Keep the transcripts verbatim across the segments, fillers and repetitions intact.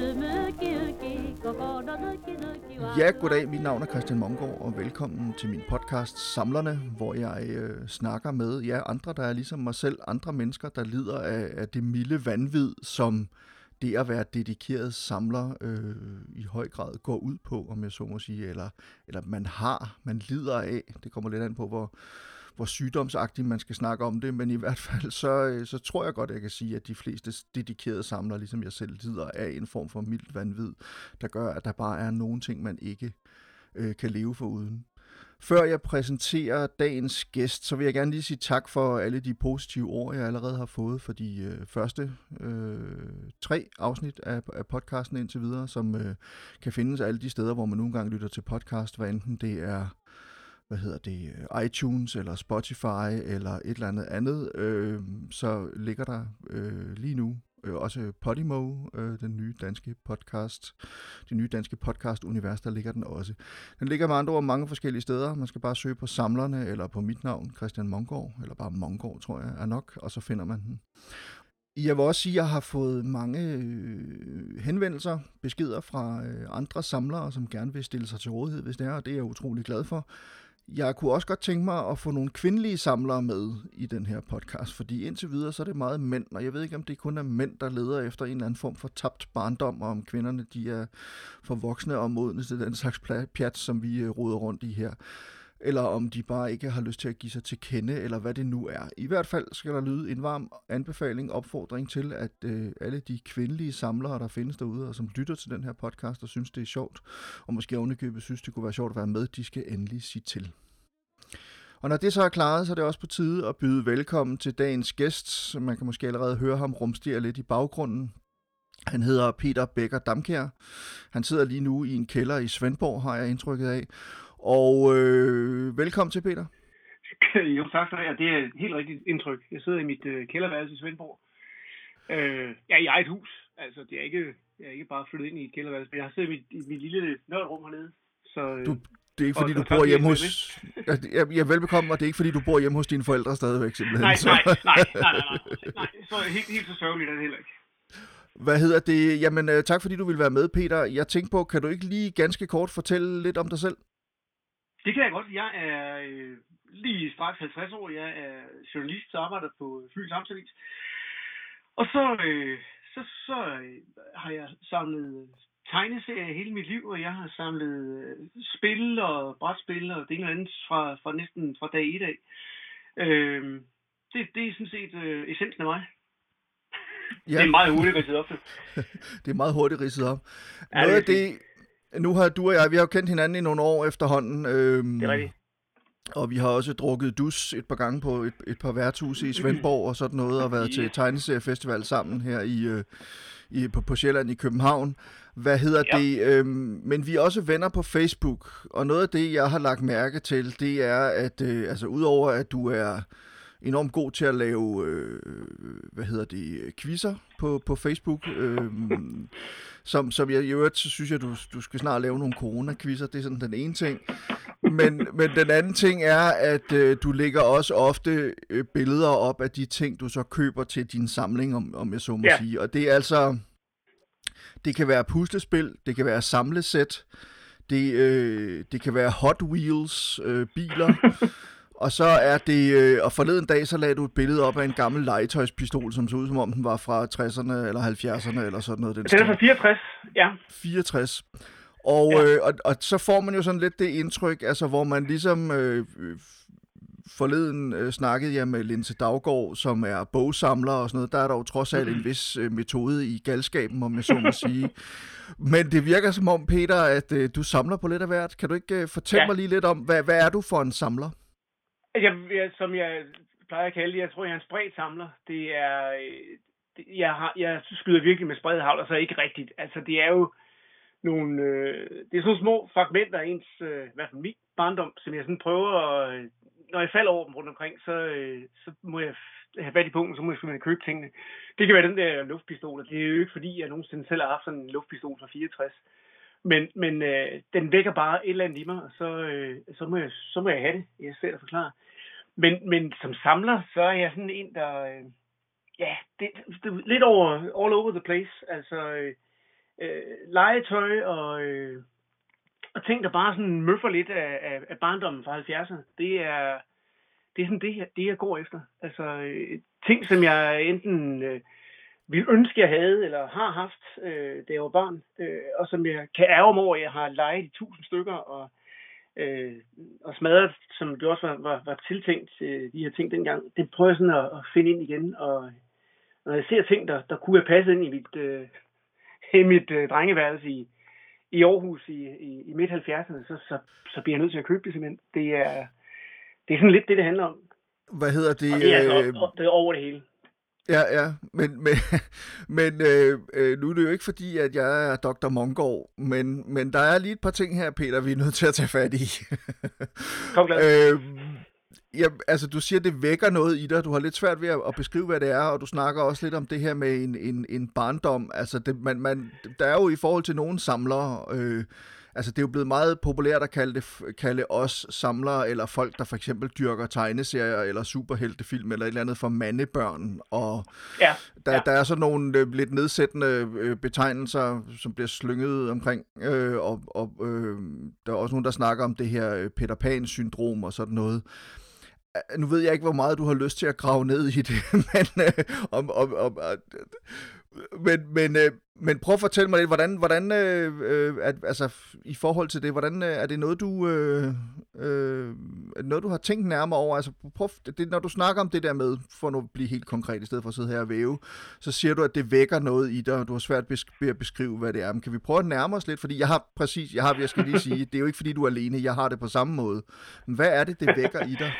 Ja, goddag. Mit navn er Christian Mongård, og velkommen til min podcast Samlerne, hvor jeg øh, snakker med ja, andre, der er ligesom mig selv, andre mennesker, der lider af, af det milde vanvid, som det at være dedikeret samler øh, i høj grad går ud på, om jeg så må sige, eller, eller man har, man lider af. Det kommer lidt an på, hvor, hvor sygdomsagtigt man skal snakke om det, men i hvert fald så, så tror jeg godt, jeg kan sige, at de fleste dedikerede samlere, ligesom jeg selv, lider af en form for mildt vanvid, der gør, at der bare er nogle ting, man ikke øh, kan leve foruden. Før jeg præsenterer dagens gæst, så vil jeg gerne lige sige tak for alle de positive ord, jeg allerede har fået for de øh, første øh, tre afsnit af, af podcasten indtil videre, som øh, kan findes alle de steder, hvor man nogle gange lytter til podcast, hvad enten det er hvad hedder det, iTunes eller Spotify eller et eller andet andet, øh, så ligger der øh, lige nu øh, også Podimo, øh, den nye danske podcast, det nye danske podcast-univers, der ligger den også. Den ligger med andre ord mange forskellige steder. Man skal bare søge på Samlerne eller på mit navn, Christian Mongård, eller bare Mongård, tror jeg er nok, og så finder man den. Jeg vil også sige, at jeg har fået mange øh, henvendelser, beskeder fra øh, andre samlere, som gerne vil stille sig til rådighed, hvis det er, og det er jeg utrolig glad for. Jeg kunne også godt tænke mig at få nogle kvindelige samlere med i den her podcast, fordi indtil videre så er det meget mænd, og jeg ved ikke, om det kun er mænd, der leder efter en eller anden form for tabt barndom, og om kvinderne de er for voksne og modne til den slags pjat, som vi roder rundt i her. Eller om de bare ikke har lyst til at give sig til kende, eller hvad det nu er. I hvert fald skal der lyde en varm anbefaling, opfordring til, at øh, alle de kvindelige samlere, der findes derude, og som lytter til den her podcast og synes, det er sjovt, og måske ovenikøbet synes, det kunne være sjovt at være med, de skal endelig sige til. Og når det så er klaret, så er det også på tide at byde velkommen til dagens gæst. Man kan måske allerede høre ham rumstere lidt i baggrunden. Han hedder Peter Becker Damkjær. Han sidder lige nu i en kælder i Svendborg, har jeg indtrykket af. Og øh, velkommen til, Peter. Jo, tak for det. Det er et helt rigtigt indtryk. Jeg sidder i mit øh, kælderværelse i Svendborg. Øh, jeg er i eget hus. Altså, det er ikke, jeg er ikke bare flyttet ind i et kælderværelse, men jeg har siddet i mit, i mit lille nørdrum hernede. Så, øh, du, det er ikke, fordi og, du bor hjemme hos... Jeg, jeg, jeg er velbekomme, og det er ikke, fordi du bor hjemme hos dine forældre stadigvæk, simpelthen. Nej, nej, nej, nej, nej, nej, nej. Så helt, helt så sørgeligt er det heller ikke. Hvad hedder det? Jamen, øh, tak fordi du vil være med, Peter. Jeg tænkte på, kan du ikke lige ganske kort fortælle lidt om dig selv? Det kan jeg godt. Jeg er øh, lige straks halvtreds år. Jeg er journalist og arbejder på Fyns Amtsavis. Og så, øh, så, så øh, har jeg samlet tegneserier hele mit liv, og jeg har samlet øh, spil og brætspil og det ene eller andet fra, fra næsten fra dag et af. Øh, det, det er sådan set øh, essensen af mig. Ja. Det er meget hurtigt ridset op. Det er meget hurtigt ridset op. Ja, noget af det... Nu har du og jeg, vi har jo kendt hinanden i nogle år efterhånden. Øhm, det er rigtigt. Og vi har også drukket dus et par gange på et, et par værtshuse i Svendborg og sådan noget, og været yeah. til tegneseriefestival sammen her i, øh, i, på, på Sjælland i København. Hvad hedder ja. det? Øhm, men vi er også venner på Facebook, og noget af det, jeg har lagt mærke til, det er, at øh, altså, udover at du er enormt god til at lave, øh, hvad hedder det, quizzer på, på Facebook, øh, som, som jeg i øvrigt, så synes jeg, du, du skal snart lave nogle corona-quizzer, det er sådan den ene ting. Men, men den anden ting er, at øh, du lægger også ofte øh, billeder op af de ting, du så køber til din samling, om, om jeg så må ja. sige. Og det er altså, det kan være puslespil, det kan være samlesæt, det, øh, det kan være Hot Wheels øh, biler, og så er det, øh, og forleden dag, så lagde du et billede op af en gammel legetøjspistol, som så ud som om den var fra tresserne eller halvfjerdserne eller sådan noget. Den er fra fireogtres, ja. fireogtres. Og, ja. øh, og, og så får man jo sådan lidt det indtryk, altså hvor man ligesom øh, forleden øh, snakkede jeg med Linse Daugaard, som er bogsamler og sådan noget. Der er der jo trods alt en vis øh, metode i galskaben, om jeg så må sige. Men det virker som om, Peter, at øh, du samler på lidt af hvert. Kan du ikke øh, fortælle ja. mig lige lidt om, hvad, hvad er du for en samler? Jeg, jeg, som jeg plejer at kalde det, jeg tror, jeg er en spredt samler. Det er, det, jeg, har, jeg skyder virkelig med spredt havl, og så ikke rigtigt. Altså, det er jo nogle, øh, det er sådan små fragmenter af ens, øh, i hvert fald min barndom, som jeg sådan prøver at, når jeg falder over dem rundt omkring, så, øh, så må jeg have fat i punkten, så må jeg simpelthen købe tingene. Det kan være den der luftpistol, det er jo ikke fordi, jeg nogensinde selv har haft sådan en luftpistol fra fireogtres. Men, men øh, den vækker bare et eller andet i mig, og så, øh, så, må, jeg, så må jeg have det. Jeg er svært at forklare. Men, men som samler, så er jeg sådan en, der... Øh, ja, det, det er lidt over all over the place. Altså, øh, øh, legetøj og, øh, og ting, der bare sådan møffer lidt af, af, af barndommen fra halvfjerdserne. Det er, det er sådan det, det, jeg går efter. Altså øh, ting, som jeg enten øh, ville ønske, jeg havde, eller har haft, øh, da jeg var barn, øh, og som jeg kan ærge mig over, at jeg har leget i tusind stykker, og, øh, og smadret, som det også var, var, var tiltænkt, øh, de her ting dengang. Det prøver jeg sådan at, at finde ind igen, og når jeg ser ting, der, der kunne have passet ind i mit, øh, i mit øh, drengeværelse i, i Aarhus i, i, i midt halvfjerdserne, så, så, så bliver jeg nødt til at købe det simpelthen. Det er, det er sådan lidt det, det handler om. Hvad hedder det? Og det er, altså, det er over det hele. Ja, ja, men, men, men øh, øh, nu er det jo ikke fordi, at jeg er doktor Mongård, men, men der er lige et par ting her, Peter, vi er nødt til at tage fat i. Kom klar. øh, ja, altså, du siger, det vækker noget i dig. Du har lidt svært ved at, at beskrive, hvad det er, og du snakker også lidt om det her med en, en, en barndom. Altså, det, man, man, der er jo i forhold til nogle samlere... Øh, Altså, det er jo blevet meget populært at kalde, det, kalde os samlere, eller folk, der for eksempel dyrker tegneserier, eller superheltefilm, eller et eller andet for mandebørn. Og ja, der, ja. der er så nogle øh, lidt nedsættende øh, betegnelser, som bliver slynget omkring. Øh, og og øh, der er også nogen, der snakker om det her øh, Peter Pan-syndrom og sådan noget. Nu ved jeg ikke, hvor meget du har lyst til at grave ned i det, men, øh, om, om, om, men, men, øh, men prøv at fortælle mig lidt, hvordan, hvordan øh, at, altså, i forhold til det, hvordan er det noget, du, øh, øh, noget, du har tænkt nærmere over? Altså, prøv, det, når du snakker om det der med, for nu at blive helt konkret, i stedet for at sidde her og væve, så siger du, at det vækker noget i dig, og du har svært ved at beskrive, hvad det er. Men kan vi prøve at nærme os lidt? Fordi jeg har præcis, jeg har, jeg skal lige sige, det er jo ikke fordi, du er alene, jeg har det på samme måde. Men hvad er det, det vækker i dig?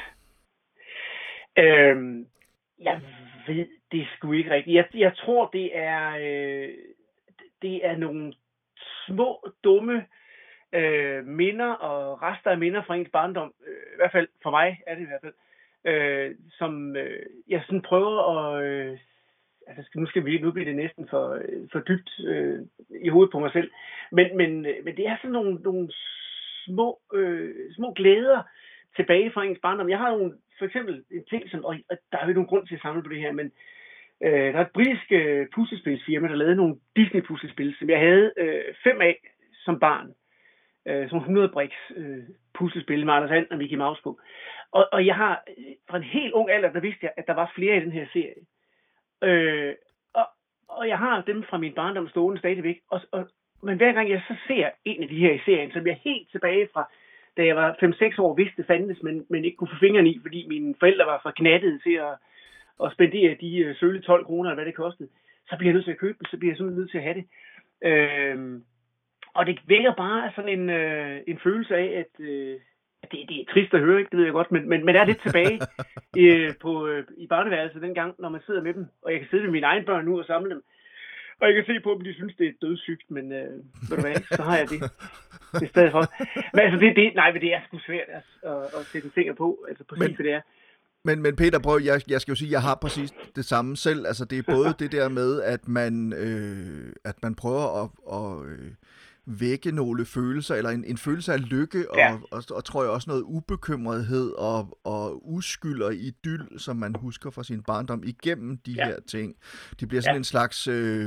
Øhm, jeg ved det sgu ikke rigtigt. Jeg, jeg tror, det er, øh, det er nogle små, dumme øh, minder og rester af minder fra ens barndom. Øh, I hvert fald, for mig er det i hvert fald. Øh, som øh, jeg sådan prøver at... Øh, altså, nu skal vi nu bliver det næsten for, for dybt øh, i hovedet på mig selv. Men, men, men det er sådan nogle, nogle små, øh, små glæder tilbage fra ens barndom. Jeg har nogle, for eksempel en ting, som, og der er jo ikke nogen grund til at samle på det her, men øh, der er et britisk øh, puslespilsfirma, der lavede nogle Disney-puslespil, som jeg havde øh, fem af som barn. Øh, som hundrede briks øh, puslespil med Anders And og Mickey Mouse på. Og, og jeg har, fra en helt ung alder, der vidste jeg, at der var flere i den her serie. Øh, og, og jeg har dem fra min barndom stående stadigvæk. Og, og, men hver gang jeg så ser en af de her i serien, som jeg helt tilbage fra, da jeg var fem seks år, vidste det fandtes, men, men ikke kunne få fingrene i, fordi mine forældre var for knattede til at, at spendere de uh, sølle tolv kroner, eller hvad det kostede, så bliver jeg nødt til at købe det, så bliver jeg simpelthen nødt til at have det. Øh, og det vækker bare sådan en, øh, en følelse af, at øh, det, det er trist at høre, ikke? Det ved jeg godt, men, men, men er lidt tilbage øh, på, øh, i barneværelset dengang, når man sidder med dem, og jeg kan sidde med mine egne børn nu og samle dem. Og jeg kan se på dem, de synes, det er dødssygt, men øh, ved du hvad, så har jeg det. Det er stadig for. Men altså, det, det, nej, men det er sgu svært altså, at, at sætte en finger på, altså præcis men, hvad det er. Men, men Peter, prøv, jeg, jeg skal jo sige, jeg har præcis det samme selv. Altså, det er både det der med, at man, øh, at man prøver at, at øh, vække nogle følelser, eller en, en følelse af lykke, og, ja. og, og, og tror jeg også noget ubekymrethed, og, og uskyld og idyll, som man husker fra sin barndom, igennem de ja. her ting. Det bliver sådan ja. en slags... Øh,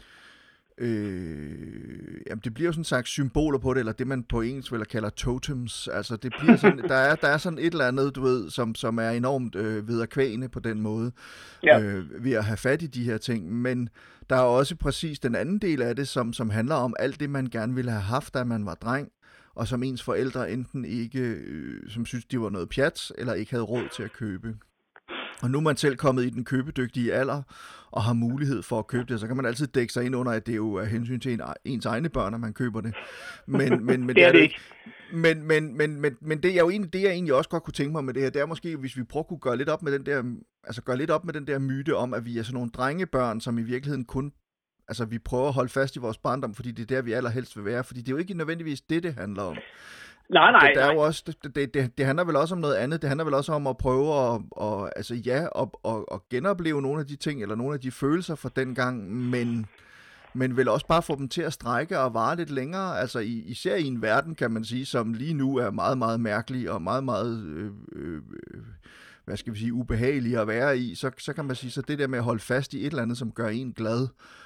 Øh, jamen det bliver jo sådan en slags symboler på det, eller det man på engelsk vel kalder totems. Altså det bliver sådan, der er der er sådan et eller andet, du ved, som som er enormt øh, vederkvægende på den måde, ja. øh, ved at have fat i de her ting. Men der er også præcis den anden del af det, som som handler om alt det man gerne ville have haft, da man var dreng, og som ens forældre enten ikke, øh, som synes de var noget pjat, eller ikke havde råd til at købe. Og nu er man selv kommet i den købedygtige alder, og har mulighed for at købe det, så kan man altid dække sig ind under, at det er jo af hensyn til en, ens egne børn, at man køber det. Men, men, men det er det ikke. Men, men, men, men, men det, jeg jo egentlig, det, jeg egentlig også godt kunne tænke mig med det her, det er måske, hvis vi prøver at kunne gøre lidt op med den der, altså gøre lidt op med den der myte om, at vi er sådan nogle drengebørn, som i virkeligheden kun, altså vi prøver at holde fast i vores barndom, fordi det er der, vi allerhelst vil være, fordi det er jo ikke nødvendigvis det, det handler om. Nej, nej, det, der er nej. jo også, det, det, det, det handler vel også om noget andet. Det handler vel også om at prøve at, og, altså, ja, at, at, at genopleve nogle af de ting, eller nogle af de følelser fra dengang, men, men vel også bare få dem til at strække og vare lidt længere. Altså især i en verden, kan man sige, som lige nu er meget, meget mærkelig og meget, meget, øh, øh, hvad skal vi sige, ubehagelig at være i. Så, så kan man sige, så det der med at holde fast i et eller andet, som gør en glad,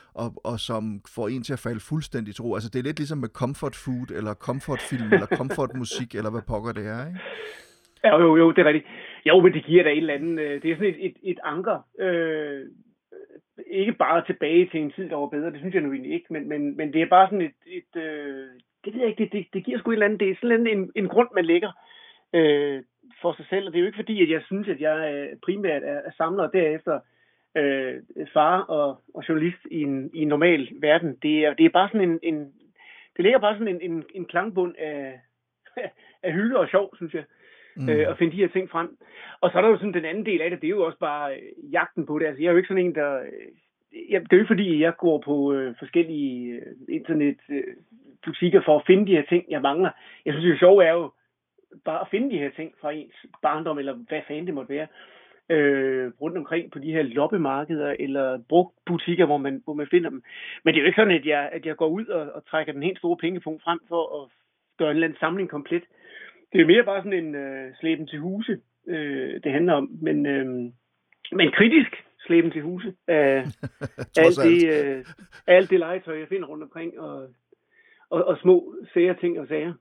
og, og som får en til at falde fuldstændig til ro. Altså det er lidt ligesom med comfort food, eller comfort film, eller comfort musik, eller hvad pokker det er, ikke? Ja, jo, jo, det er rigtigt. Jo, men det giver da et eller andet, det er sådan et, et, et anker, øh, ikke bare tilbage til en tid, der var bedre, det synes jeg nu egentlig ikke, men, men, men det er bare sådan et, et øh, det ved jeg ikke, det, det, det giver sgu et eller andet, det er sådan en, en grund, man lægger øh, for sig selv, og det er jo ikke fordi, at jeg synes, at jeg primært er, er samler, og derefter øh, far og, og journalist i en, i en normal verden. Det er, det er bare sådan en, en det ligger bare sådan en, en, en klangbund af, af hylde og sjov, synes jeg. Mm. Øh, at finde de her ting frem. Og så er der jo sådan den anden del af det, det er jo også bare øh, jagten på det. Altså jeg er jo ikke sådan en, der... Øh, jeg, det er jo ikke fordi, jeg går på øh, forskellige øh, internetbutikker øh, for at finde de her ting, jeg mangler. Jeg synes, det sjove er jo bare at finde de her ting fra ens barndom, eller hvad fanden det måtte være, øh, rundt omkring på de her loppemarkeder, eller brugtbutikker, hvor man, hvor man finder dem. Men det er jo ikke sådan, at jeg, at jeg går ud og, og trækker den helt store pengepunkt frem for at gøre en eller anden samling komplet. Det er mere bare sådan en øh, slæben til huse, øh, det handler om. Men, øh, men kritisk slæben til huse af alt det, øh, alt det legetøj, jeg finder rundt omkring, og, og, og små sære ting og sager.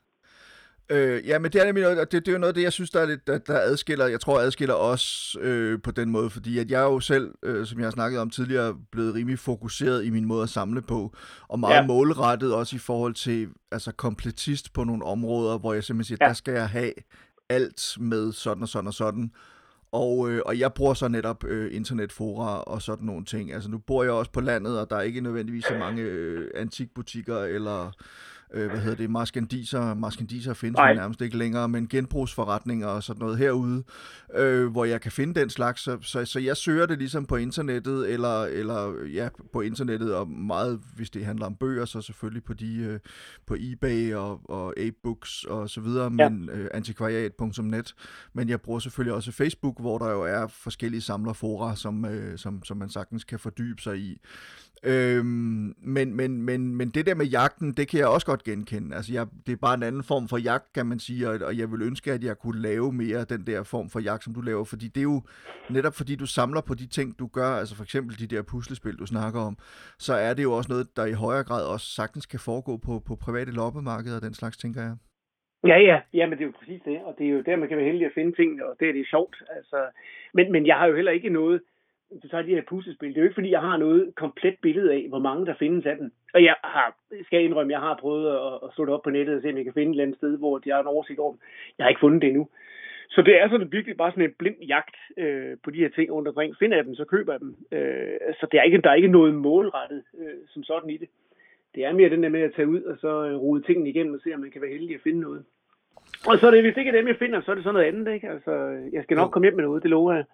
Øh, ja, men det er nemlig noget, det, det er jo noget af det, jeg synes, der er lidt, der, der adskiller, jeg tror adskiller os øh, på den måde, fordi at jeg er jo selv, øh, som jeg har snakket om tidligere, blevet rimelig fokuseret i min måde at samle på, og meget ja. målrettet også i forhold til, altså kompletist på nogle områder, hvor jeg simpelthen siger, ja. der skal jeg have alt med sådan og sådan og sådan. Og, øh, og jeg bruger så netop øh, internetfora og sådan nogle ting. Altså nu bor jeg også på landet, og der er ikke nødvendigvis så mange øh, antikbutikker eller øh, hvad hedder det, marskandiser. Marskandiser findes jo nærmest ikke længere, men genbrugsforretninger og sådan noget herude, øh, hvor jeg kan finde den slags. Så, så, så jeg søger det ligesom på internettet, eller, eller ja, på internettet, og meget, hvis det handler om bøger, så selvfølgelig på de øh, på eBay og, og A-books og så videre, ja. men øh, antikvariat punktum net. Men jeg bruger selvfølgelig også Facebook, hvor der jo er forskellige samlerfora, som, øh, som, som man sagtens kan fordybe sig i. Øhm, men, men, men, men det der med jagten, det kan jeg også godt genkende. Altså jeg, det er bare en anden form for jagt, kan man sige, og, og jeg vil ønske, at jeg kunne lave mere den der form for jagt, som du laver, fordi det er jo netop fordi, du samler på de ting, du gør, altså for eksempel de der puslespil, du snakker om, så er det jo også noget, der i højere grad også sagtens kan foregå på, på private loppemarkeder og den slags, tænker jeg. Ja, ja, ja, men det er jo præcis det, og det er jo der, man kan være heldig at finde ting, og det er det sjovt, altså, men, men jeg har jo heller ikke noget, du tager de her puslespil, det er jo ikke fordi, jeg har noget komplet billede af, hvor mange der findes af den, og jeg har, skal jeg indrømme, jeg har prøvet at, at slå det op på nettet og se, om jeg kan finde et eller andet sted, hvor de har en oversigt over dem. Jeg har ikke fundet det endnu. Så det er sådan virkelig bare sådan en blind jagt øh, på de her ting rundt omkring. Finder jeg dem, så køber jeg dem. Øh, så det er ikke, der er ikke noget målrettet øh, som sådan i det. Det er mere den der med at tage ud og så øh, rode tingene igennem og se, om man kan være heldig at finde noget. Og så er det, hvis det ikke er dem, jeg finder, så er det sådan noget andet, ikke? Altså, jeg skal nok komme hjem med noget, det lover jeg.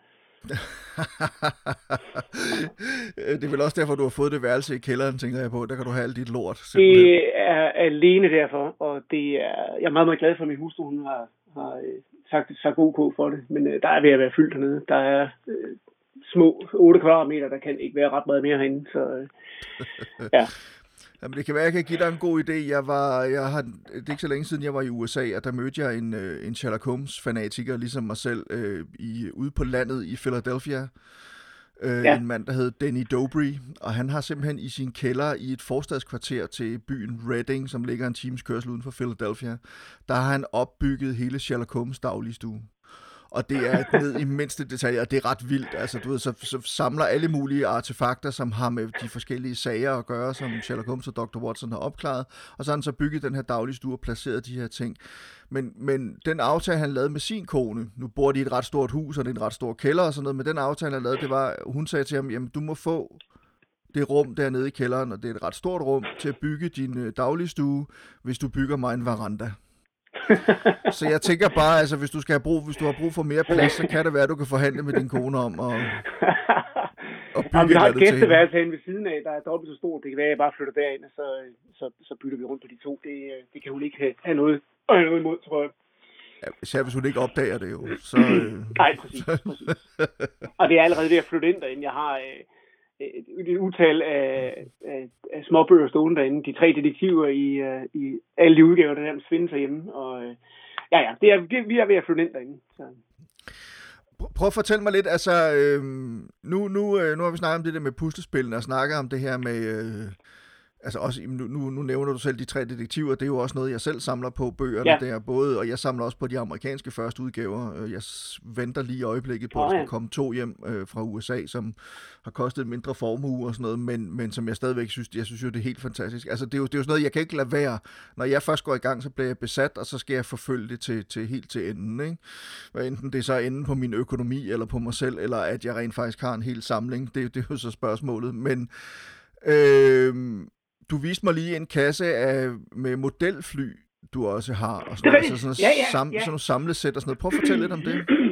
Det er vel også derfor, du har fået det værelse i kælderen, tænker jeg på. Der kan du have alt dit lort. Simpelthen. Det er alene derfor, og det er, jeg er meget, meget glad for, at min hustru hun har, har sagt, sagt ok for det. Men der er ved at være fyldt hernede. Der er øh, små otte kvadratmeter, der kan ikke være ret meget mere herinde. Så øh, ja. Jamen, det kan være, at jeg kan give dig en god idé. Jeg var, jeg har, det er ikke så længe siden, jeg var i U S A, og der mødte jeg en, en Sherlock Holmes-fanatiker, ligesom mig selv, øh, i, ude på landet i Philadelphia. Øh, ja. En mand, der hed Denny Dobry, og han har simpelthen i sin kælder i et forstadskvarter til byen Reading, som ligger en times kørsel uden for Philadelphia, der har han opbygget hele Sherlock Holmes dagligstue. Og det er ned i mindste detaljer, og det er ret vildt. Altså, du ved, så, så samler alle mulige artefakter, som har med de forskellige sager at gøre, som Sherlock Holmes og doktor Watson har opklaret, og så har han så bygget den her dagligstue og placeret de her ting. Men, men den aftale, han lavede med sin kone, nu bor de i et ret stort hus, og det er en ret stor kælder og sådan noget, men den aftale, han lavede, det var, hun sagde til ham, jamen, du må få det rum dernede i kælderen, og det er et ret stort rum, til at bygge din dagligstue, hvis du bygger mig en veranda. Så jeg tænker bare, altså hvis du skal have brug, hvis du har brug for mere plads, så kan det være, at du kan forhandle med din kone om at, at bygge. Jamen, vi har et gæsteværelse herinde ved siden af, der er dobbelt så stort. Det kan være, at jeg bare flytter derind, og så, så, så bytter vi rundt på de to. Det, det kan hun ikke have, have noget, noget imod, tror jeg. Ja, især hvis hun ikke opdager det jo. Så, øh... Nej, præcis, præcis. Og det er allerede ved at flytte ind derinde. Jeg har øh, et, et utal af, af, af småbøger stående derinde. De tre detektiver i, uh, i alle de udgaver, der nærmest findes herhjemme. Og øh, ja, ja, det er, det, vi er ved at flytte ind derinde. Så. Prøv at fortælle mig lidt, altså, øh, nu, nu, øh, nu har vi snakket om det der med puslespillene, og snakket om det her med, øh, altså også, nu, nu, nu nævner du selv de tre detektiver, det er jo også noget, jeg selv samler på, bøgerne Ja. der, både, og jeg samler også på de amerikanske første udgaver. Jeg venter lige i øjeblikket på, at oh, der ja. skal komme to hjem øh, fra U S A, som har kostet en mindre formue og sådan noget, men, men som jeg stadigvæk synes, jeg synes jo, det er helt fantastisk. Altså, det er jo, det er jo sådan noget, jeg kan ikke lade være. Når jeg først går i gang, så bliver jeg besat, og så skal jeg forfølge det til, til helt til enden, ikke? Hvad enten det er så enden på min økonomi, eller på mig selv, eller at jeg rent faktisk har en hel samling, det, det er jo så spørgsmålet, men øh, du viste mig lige en kasse af, med modelfly, du også har, og sådan, altså sådan, ja, ja, sam, ja. sådan nogle samlesæt og sådan noget. Prøv at fortælle lidt om det.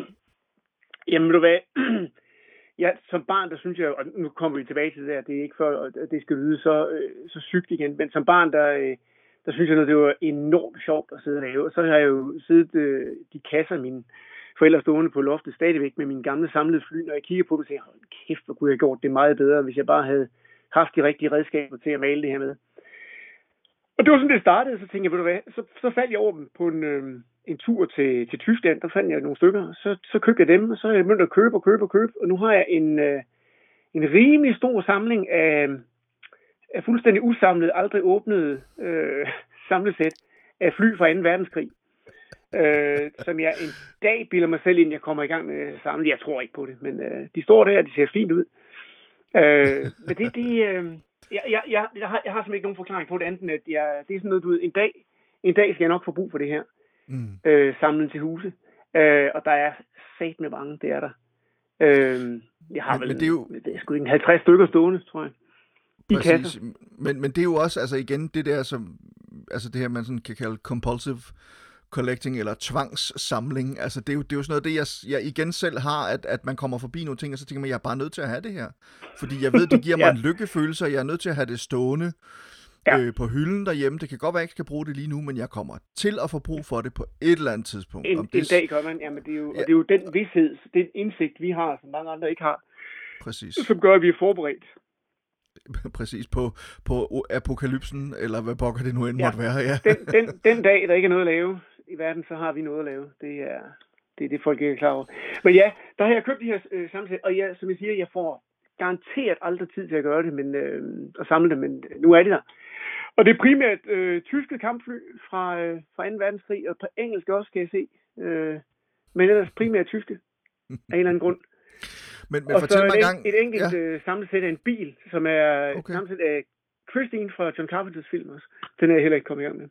Jamen, du hvad, ja, som barn, der synes jeg, og nu kommer vi tilbage til det der, det er ikke for, at det skal lyde så, så sygt igen, men som barn, der, der synes jeg, at det var enormt sjovt at sidde og lave, og så har jeg jo siddet de kasser, mine forældre stående på loftet stadigvæk med mine gamle samlede fly, når jeg kigger på dem og siger, hold kæft, hvor kunne jeg have gjort det meget bedre, hvis jeg bare havde haft de rigtige redskaber til at male det her med. Og det var sådan, det startede, så tænkte jeg, ved du hvad, så, så faldt jeg over dem på en, øh, en tur til, til Tyskland, der fandt jeg nogle stykker, så, så købte jeg dem, og så er jeg begyndt at købe og købe og købe, og nu har jeg en, øh, en rimelig stor samling af, af fuldstændig usamlet, aldrig åbnede øh, samlesæt af fly fra anden verdenskrig, øh, som jeg en dag bilder mig selv ind, jeg kommer i gang med at samle. Jeg tror ikke på det, men øh, de står der, og de ser fint ud. Øh, men det, det øh, jeg, jeg, jeg, jeg, har, jeg har simpelthen ikke nogen forklaring på det, andet end at jeg, det er sådan noget, du ved, en dag, en dag skal jeg nok få brug for det her, mm. øh, samlet til huse. Øh, og der er sat med mange, det er der. Øh, jeg har men, vel, men det er jo det er sgu ikke halvtreds stykker stående, tror jeg. I præcis, men, men det er jo også, altså igen, det der, som, altså det her, man sådan kan kalde compulsive collecting, eller tvangssamling, altså det er jo, det er jo sådan noget, det jeg, jeg igen selv har, at, at man kommer forbi nogle ting, og så tænker man, jeg er bare nødt til at have det her. Fordi jeg ved, det giver mig ja. en lykkefølelse, og jeg er nødt til at have det stående ja. øh, på hylden derhjemme. Det kan godt være, at jeg ikke skal bruge det lige nu, men jeg kommer til at få brug for det på et eller andet tidspunkt. En, Om det... en dag gør man, jamen det er jo, ja. og det er jo den vidsthed, den indsigt, vi har, som mange andre ikke har. Præcis. Som gør, at vi er forberedt. Præcis, på, på apokalypsen, eller hvad pokker det nu end ja. måtte være. Ja. Den, den, den dag, der ikke er noget at lave i verden, så har vi noget at lave. Det er det, er det folk ikke er klar over. Men ja, der har jeg købt de her øh, samlet, og ja, som jeg siger, jeg får garanteret aldrig tid til at gøre det, men øh, at samle det, men øh, nu er det der. Og det er primært øh, tyske kampfly fra, øh, fra anden verdenskrig, og på engelsk også, kan jeg se. Øh, men ellers primært tyske, af en eller anden grund. Men, men og fortæl så mig et, gang... et enkelt ja. øh, samlesæt af en bil, som er okay. samlet af Christine fra John Carpenters film også. Den er jeg heller ikke kommet i gang med.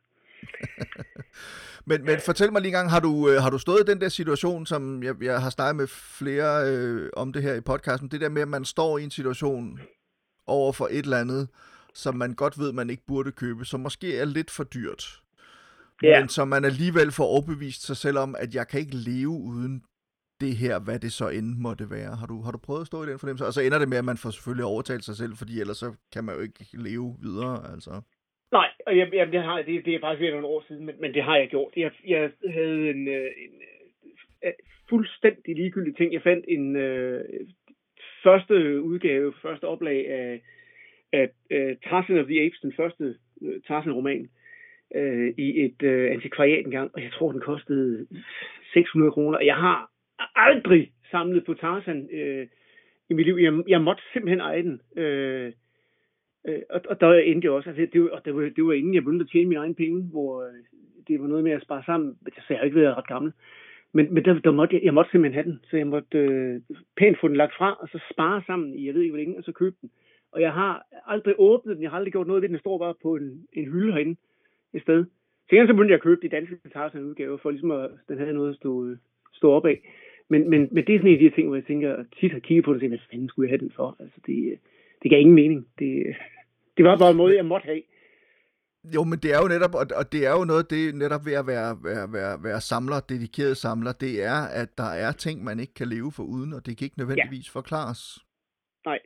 men, men fortæl mig lige en gang, har du, øh, har du stået i den der situation, som jeg, jeg har snakket med flere øh, om det her i podcasten, det der med, at man står i en situation over for et eller andet, som man godt ved, man ikke burde købe, som måske er lidt for dyrt, ja. men som man alligevel får overbevist sig selv om, at jeg kan ikke leve uden det her, hvad det så end måtte være. Har du, har du prøvet at stå i den fornemmelse? Og så ender det med, at man får selvfølgelig overtalt sig selv, fordi ellers så kan man jo ikke leve videre, altså. Nej, og jeg, jeg, det, har, det, det er faktisk ved nogle år siden, men, men det har jeg gjort. Jeg, jeg havde en, en, en fuldstændig ligegyldig ting. Jeg fandt en øh, første udgave, første oplag af, af uh, Tarzan of the Apes, den første uh, Tarzan-roman, uh, i et uh, antikvariat engang, og jeg tror, den kostede seks hundrede kroner. Jeg har aldrig samlet på Tarzan øh, i mit liv. Jeg, jeg måtte simpelthen eje den. Øh, øh, og, og der endte jeg også. Altså, det, og det, var, det var inden jeg begyndte at tjene mine egne penge, hvor øh, det var noget med at spare sammen. Så jeg har ikke været ret gammel. Men, men der, der måtte jeg, jeg måtte simpelthen have den. Så jeg måtte øh, pænt få den lagt fra, og så spare sammen i, jeg ved ikke hvor længe, og så købe den. Og jeg har aldrig åbnet den. Jeg har aldrig gjort noget ved den. Den står bare på en, en hylde herinde et sted. Senere så begyndte jeg at købe de danske Tarzan-udgaver, for ligesom at den havde noget at stå, stå op af. Men, men, men det er sådan en af de ting, hvor jeg tænker, tit har kigget på det og tænker, hvad fanden skulle jeg have den for? Altså, det, det gav ingen mening. Det, det var bare en måde, jeg måtte have. Jo, men det er jo netop, og det er jo noget, det er netop ved at være, være, være, være samler, dedikeret samler, det er, at der er ting, man ikke kan leve for uden, og det kan ikke nødvendigvis ja. forklares. Nej.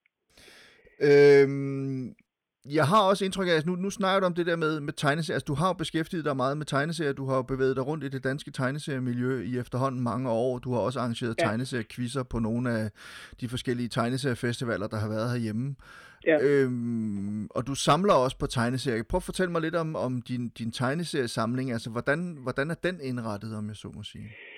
Øhm, jeg har også indtryk af, at nu, nu snakker du om det der med, med tegneserier. Altså, du har jo beskæftiget dig meget med tegneserier. Du har jo bevæget dig rundt i det danske tegneseriemiljø i efterhånden mange år. Du har også arrangeret ja. tegneseriequizzer på nogle af de forskellige tegneseriefestivaler, der har været herhjemme. Ja. Øhm, og du samler også på tegneserier. Prøv at fortælle mig lidt om, om din, din tegneseriesamling. Altså, hvordan, hvordan er den indrettet, om jeg så må sige?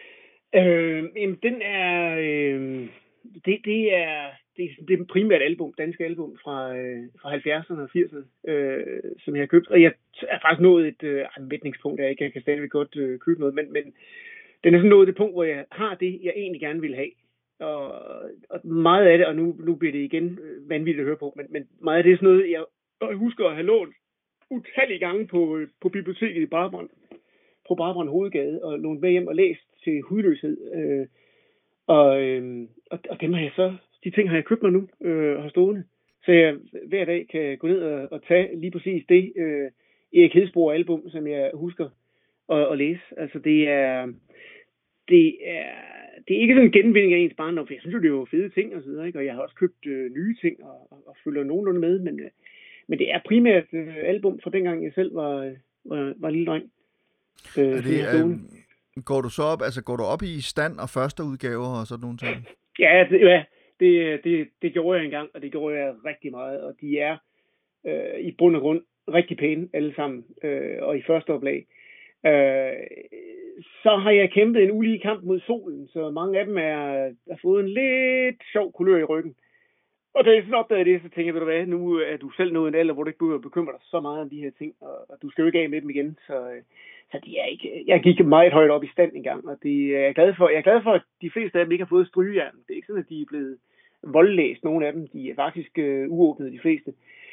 Øh, jamen, den er... Øh, det, det er... Det, det er primært album, danske album fra, øh, fra halvfjerdserne og firserne, øh, som jeg har købt. Og jeg er faktisk nået et øh, mætningspunkt, jeg ikke jeg kan stadigvæk godt øh, købe noget, men, men den er sådan nået det punkt, hvor jeg har det, jeg egentlig gerne vil have. Og, og meget af det, og nu, nu bliver det igen vanvittigt at høre på, men, men meget af det er sådan noget, jeg, jeg husker at have lånt utallige gange på, på biblioteket i Brabrand, på Brabrand Hovedgade, og lånt med hjem og læst til hudløshed. Øh, og, øh, og, og dem har jeg så, de ting har jeg købt mig nu, øh, og har stående. Så jeg hver dag kan gå ned og, og tage lige præcis det øh, Erik Hedsbro album, som jeg husker at, at læse. Altså det er, det er, det er ikke sådan en genvinding af ens barndom, for jeg synes jo, det er jo fede ting og så videre, ikke? Og jeg har også købt øh, nye ting og, og, og følger nogenlunde med, men, øh, men det er primært øh, album fra dengang jeg selv var, var, var lille dreng. Øh, er det, øh, går du så op, altså går du op i stand og første udgaver og sådan nogle ting? Ja, det, ja det, det, det gjorde jeg engang, og det gjorde jeg rigtig meget, og de er øh, i bund og grund rigtig pæne alle sammen, øh, og i første oplag. Øh, så har jeg kæmpet en ulige kamp mod solen, så mange af dem er, har fået en lidt sjov kulør i ryggen. Og da jeg sådan opdagede det, så tænker jeg, ved du hvad, nu er du selv nået en alder, hvor du ikke behøver at bekymre dig så meget om de her ting, og, og du skal jo ikke af med dem igen, så, så de er ikke, jeg gik meget højt op i stand engang, og det er jeg glad for. Jeg er glad for, at de fleste af dem ikke har fået strygejern. Det er ikke sådan, at de er blevet voldlæst, nogle af dem, de er faktisk øh, uåbnede, de fleste.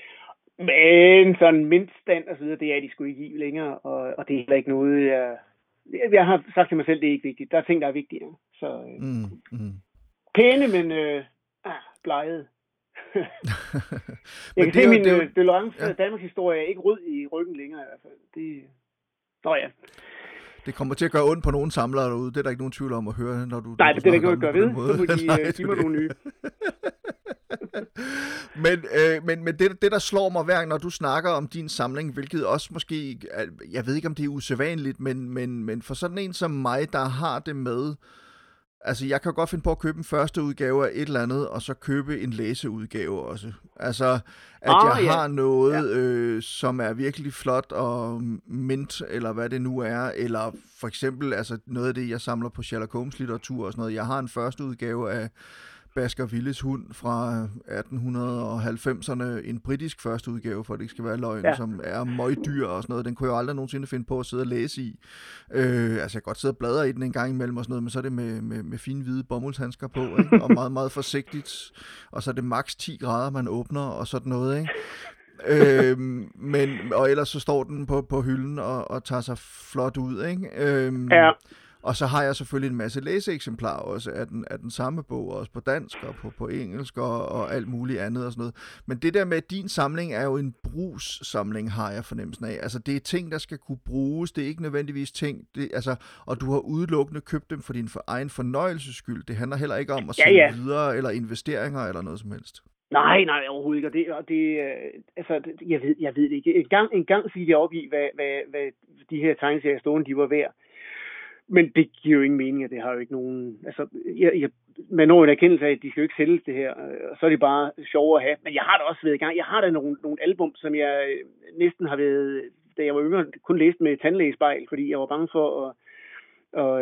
Men sådan mindstand og så videre, det er de sgu ikke i længere, og, og det er heller ikke noget, jeg, jeg har sagt til mig selv, det er ikke vigtigt. Der er ting, der er vigtigere. Så øh, mm, mm. pæne, men øh, ah, blejede. Jeg kan se, jo, min jo, Delorance ja. Danmarks historie er ikke rød i ryggen længere i hvert fald. Det, nå ja. Det kommer til at gøre ondt på nogle samlere derude. Det er der ikke nogen tvivl om at høre, når du... Nej, når du det er der ikke noget at gøre ved. Så må de Nej, give mig nogle nye. men øh, men, men det, det, der slår mig hver gang, når du snakker om din samling, hvilket også måske... Jeg ved ikke, om det er usædvanligt, men, men, men for sådan en som mig, der har det med... Altså, jeg kan godt finde på at købe en første udgave af et eller andet, og så købe en læseudgave også. Altså, at ah, jeg ja. har noget, ja. øh, som er virkelig flot og mint, eller hvad det nu er, eller for eksempel, altså noget af det, jeg samler på Sherlock Holmes litteratur og sådan noget. Jeg har en første udgave af Baskervilles hund fra atten halvfemserne, en britisk første udgave, for at det ikke skal være løgn, ja. som er møgdyr og sådan noget. Den kunne jeg jo aldrig nogensinde finde på at sidde og læse i. Øh, altså, jeg kan godt sidde og bladre i den en gang imellem og sådan noget, men så er det med, med, med fine hvide bomuldshandsker på, ikke? Og meget, meget forsigtigt. Og så er det maks ti grader, man åbner og sådan noget, ikke? øhm, men, og ellers så står den på, på hylden og, og tager sig flot ud, ikke? Øhm, ja. Og så har jeg selvfølgelig en masse læseeksemplarer også af den, af den samme bog, også på dansk og på, på engelsk og, og alt muligt andet og sådan noget. Men det der med, at din samling er jo en brugssamling, har jeg fornemmelsen af. Altså, det er ting, der skal kunne bruges. Det er ikke nødvendigvis ting, det, altså, og du har udelukkende købt dem for din for egen fornøjelses skyld. Det handler heller ikke om at sælge ja, ja. videre, eller investeringer, eller noget som helst. Nej, nej, overhovedet ikke. Og det, og det, altså, jeg ved, jeg ved det ikke. En gang, en gang fik jeg op i, hvad, hvad, hvad de her tegneserier stående, de var værd. Men det giver jo ingen mening, at det har jo ikke nogen... Altså, jeg, jeg, man når en erkendelse af, at de skal jo ikke sælge det her, og så er det bare sjovere at have. Men jeg har da også været i gang. Jeg har da nogle, nogle album, som jeg næsten har været, da jeg var yngre, kun læst med tandlægespejl, fordi jeg var bange for at, at,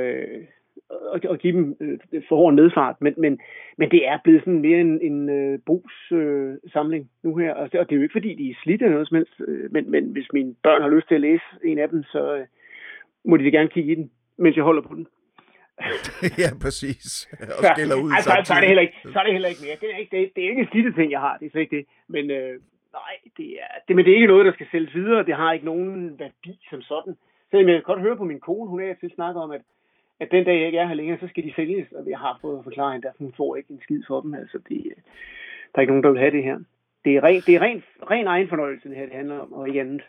at, at give dem for hård nedfart. Men, men, men det er blevet sådan mere en, en uh, brugssamling uh, nu her. Og det, og det er jo ikke, fordi de er slidt eller noget som helst. Men, men hvis mine børn har lyst til at læse en af dem, så uh, må de da gerne kigge i den, mens jeg holder på den. Ja, præcis. Og skiller ud altså, så, er det heller ikke, så er det heller ikke mere. Det er ikke, det, det er ikke en slidte ting, jeg har. Det er så ikke det. Men øh, nej, det er, det, men det er ikke noget, der skal sælges videre. Det har ikke nogen værdi som sådan. Selvom jeg kan godt høre på min kone, hun er til at snakke om, at, at den dag, jeg ikke er her længere, så skal de sælges. Og jeg har fået forklaring, at hun får ikke en skid for dem. Altså, det, der er ikke nogen, der vil have det her. Det er ren, det er ren, ren egen fornøjelse, det her det handler om, og ikke andet.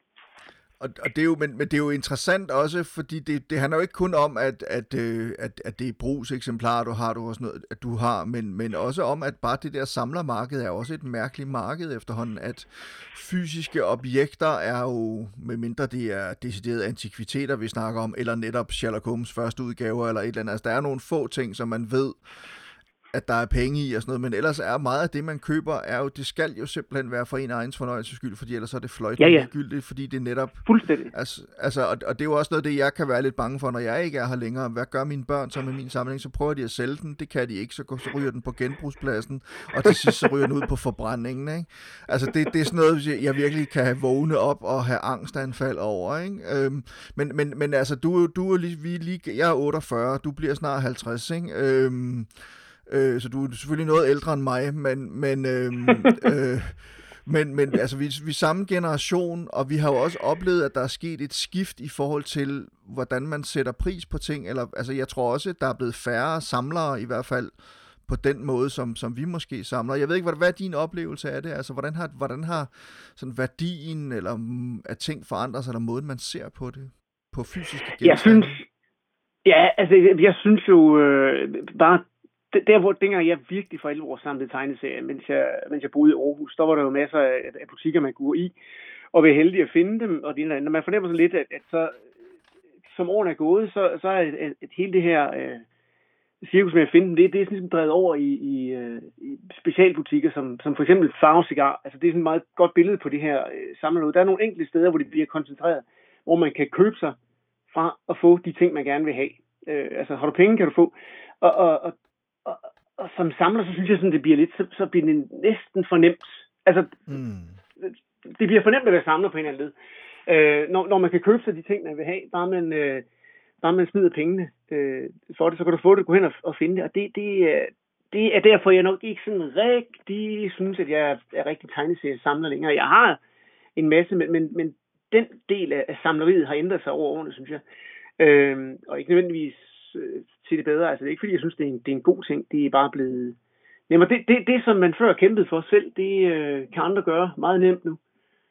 Og, og det er jo, men, men det er jo interessant også, fordi det, det handler jo ikke kun om, at, at, at, at det er brugseksemplarer, du har, du også noget, at du har, men, men også om, at bare det der samlermarked er også et mærkeligt marked efterhånden, at fysiske objekter er jo, medmindre det er deciderede antikviteter, vi snakker om, eller netop Sherlock Holmes første udgaver, eller et eller andet, altså der er nogle få ting, som man ved, at der er penge i og sådan noget, men ellers er meget af det, man køber, er jo, det skal jo simpelthen være for en egen fornøjelses skyld, fordi ellers er det fløjtende ja, ja. ligegyldigt, fordi det er netop... Fuldstændig. Altså, altså og, og det er jo også noget af det, jeg kan være lidt bange for, når jeg ikke er her længere. Hvad gør mine børn så med min samling? Så prøver de at sælge den, det kan de ikke, så, går, så ryger den på genbrugspladsen, og til sidst så ryger den ud på forbrændingen, ikke? Altså, det, det er sådan noget, jeg virkelig kan vågne op og have angstanfald over, ikke? Øhm, men, men, men altså, du, du er lige, vi er lige, jeg er otteogfyrre, du bliver snart halvtreds, ikke? Øhm, øh, så du er selvfølgelig noget ældre end mig, men, men, øhm, øh, men, men altså, vi, vi er samme generation, og vi har jo også oplevet, at der er sket et skift i forhold til, hvordan man sætter pris på ting. Eller, altså, jeg tror også, at der er blevet færre samlere, i hvert fald på den måde, som, som vi måske samler. Jeg ved ikke, hvad, hvad er din oplevelse af det? Altså, hvordan har, hvordan har sådan værdien eller af ting forandret sig, eller måden, man ser på det? På fysiske genstande? Jeg synes, ja, altså, jeg synes jo øh, bare, der hvor dengang jeg virkelig for alvor samlede tegneserier, mens jeg, mens jeg boede i Aarhus, der var der jo masser af, af butikker, man kunne gå i, og var heldig at finde dem, og det eller andet. Man fornemmer så lidt, at, at så, som årene er gået, så, så er et, et, et hele det her øh, cirkus med at finde dem, det, det er sådan ligesom drevet over i, i, øh, i specialbutikker, som, som for eksempel Farvecigar. Altså det er sådan et meget godt billede på det her øh, samlerlåd. Der er nogle enkelte steder, hvor det bliver koncentreret, hvor man kan købe sig fra at få de ting, man gerne vil have. Øh, altså har du penge, kan du få. Og, og, og, og, og som samler, så synes jeg sådan, det bliver lidt, så, så bliver det næsten for nemt. Altså, mm. det bliver for nemt at være samler på en eller anden led. Øh, når, når man kan købe sig de ting, man vil have, bare man, øh, bare man smider pengene øh, for det, så kan du få det, gå hen og, og finde det. Og det, det, det er derfor, jeg nok ikke sådan rigtig synes, at jeg er, er rigtig tegneseriesamler længere. Jeg har en masse, men, men, men den del af samleriet har ændret sig over årene, synes jeg. Øh, og ikke nødvendigvis øh, til det bedre. Altså, det er ikke, fordi jeg synes, det er en, det er en god ting. Det er bare blevet nemmere. Det, det, det som man før kæmpede for selv, det øh, kan andre gøre meget nemt nu.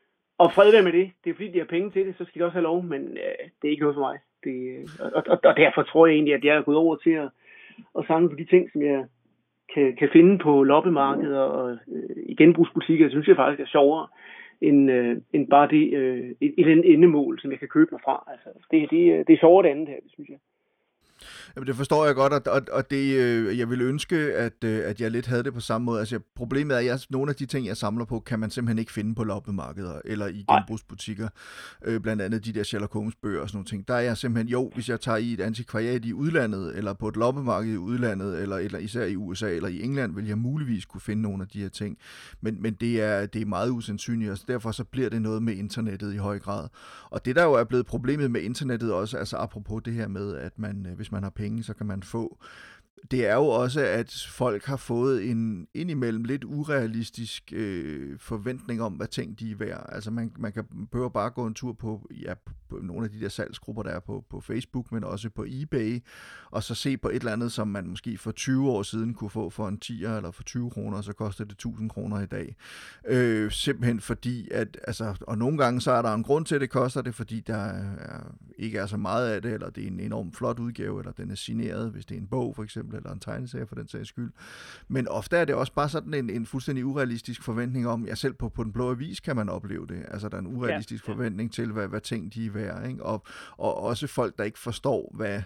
Og fred være med det. Det er fordi, de har penge til det, så skal de også have lov, men øh, det er ikke noget for mig. Det, og, og, og derfor tror jeg egentlig, at jeg er gået over til at, at samle på de ting, som jeg kan, kan finde på loppemarkeder og øh, i genbrugsbutikker. Det synes jeg faktisk er sjovere, end, øh, end bare det øh, et, et endemål, som jeg kan købe mig fra. Altså, det, det, det er sjovere det andet her, det synes jeg. Jamen, det forstår jeg godt, og, og det, øh, jeg ville ønske, at, øh, at jeg lidt havde det på samme måde. Altså, problemet er, at jeg, nogle af de ting, jeg samler på, kan man simpelthen ikke finde på loppemarkeder eller i genbrugsbutikker. Øh, blandt andet de der Sherlock Holmes bøger og sådan nogle ting. Der er jeg simpelthen, jo, hvis jeg tager i et antikvariat i udlandet, eller på et loppemarked i udlandet, eller, eller især i U S A eller i England, vil jeg muligvis kunne finde nogle af de her ting. Men, men det, er, det er meget usandsynligt, og derfor så bliver det noget med internettet i høj grad. Og det, der jo er blevet problemet med internettet også, altså apropos det her med, at man, hvis man har penge, så kan man få. Det er jo også, at folk har fået en indimellem lidt urealistisk øh, forventning om, hvad ting de er værd. Altså man, man kan behøver bare gå en tur på, ja, på nogle af de der salgsgrupper, der er på, på Facebook, men også på eBay, og så se på et eller andet, som man måske for tyve år siden kunne få for en tier, eller for tyve kroner, så koster det tusind kroner i dag. Øh, simpelthen fordi, at, altså, og nogle gange så er der en grund til, at det koster det, fordi der er, ikke er så meget af det, eller det er en enormt flot udgave, eller den er signeret, hvis det er en bog for eksempel, eller en tegneserie for den sags skyld. Men ofte er det også bare sådan en, en fuldstændig urealistisk forventning om, ja, selv på, på Den Blå Avis kan man opleve det. Altså der er en urealistisk ja. forventning til, hvad, hvad ting de er værd, ikke? Og, og også folk, der ikke forstår, hvad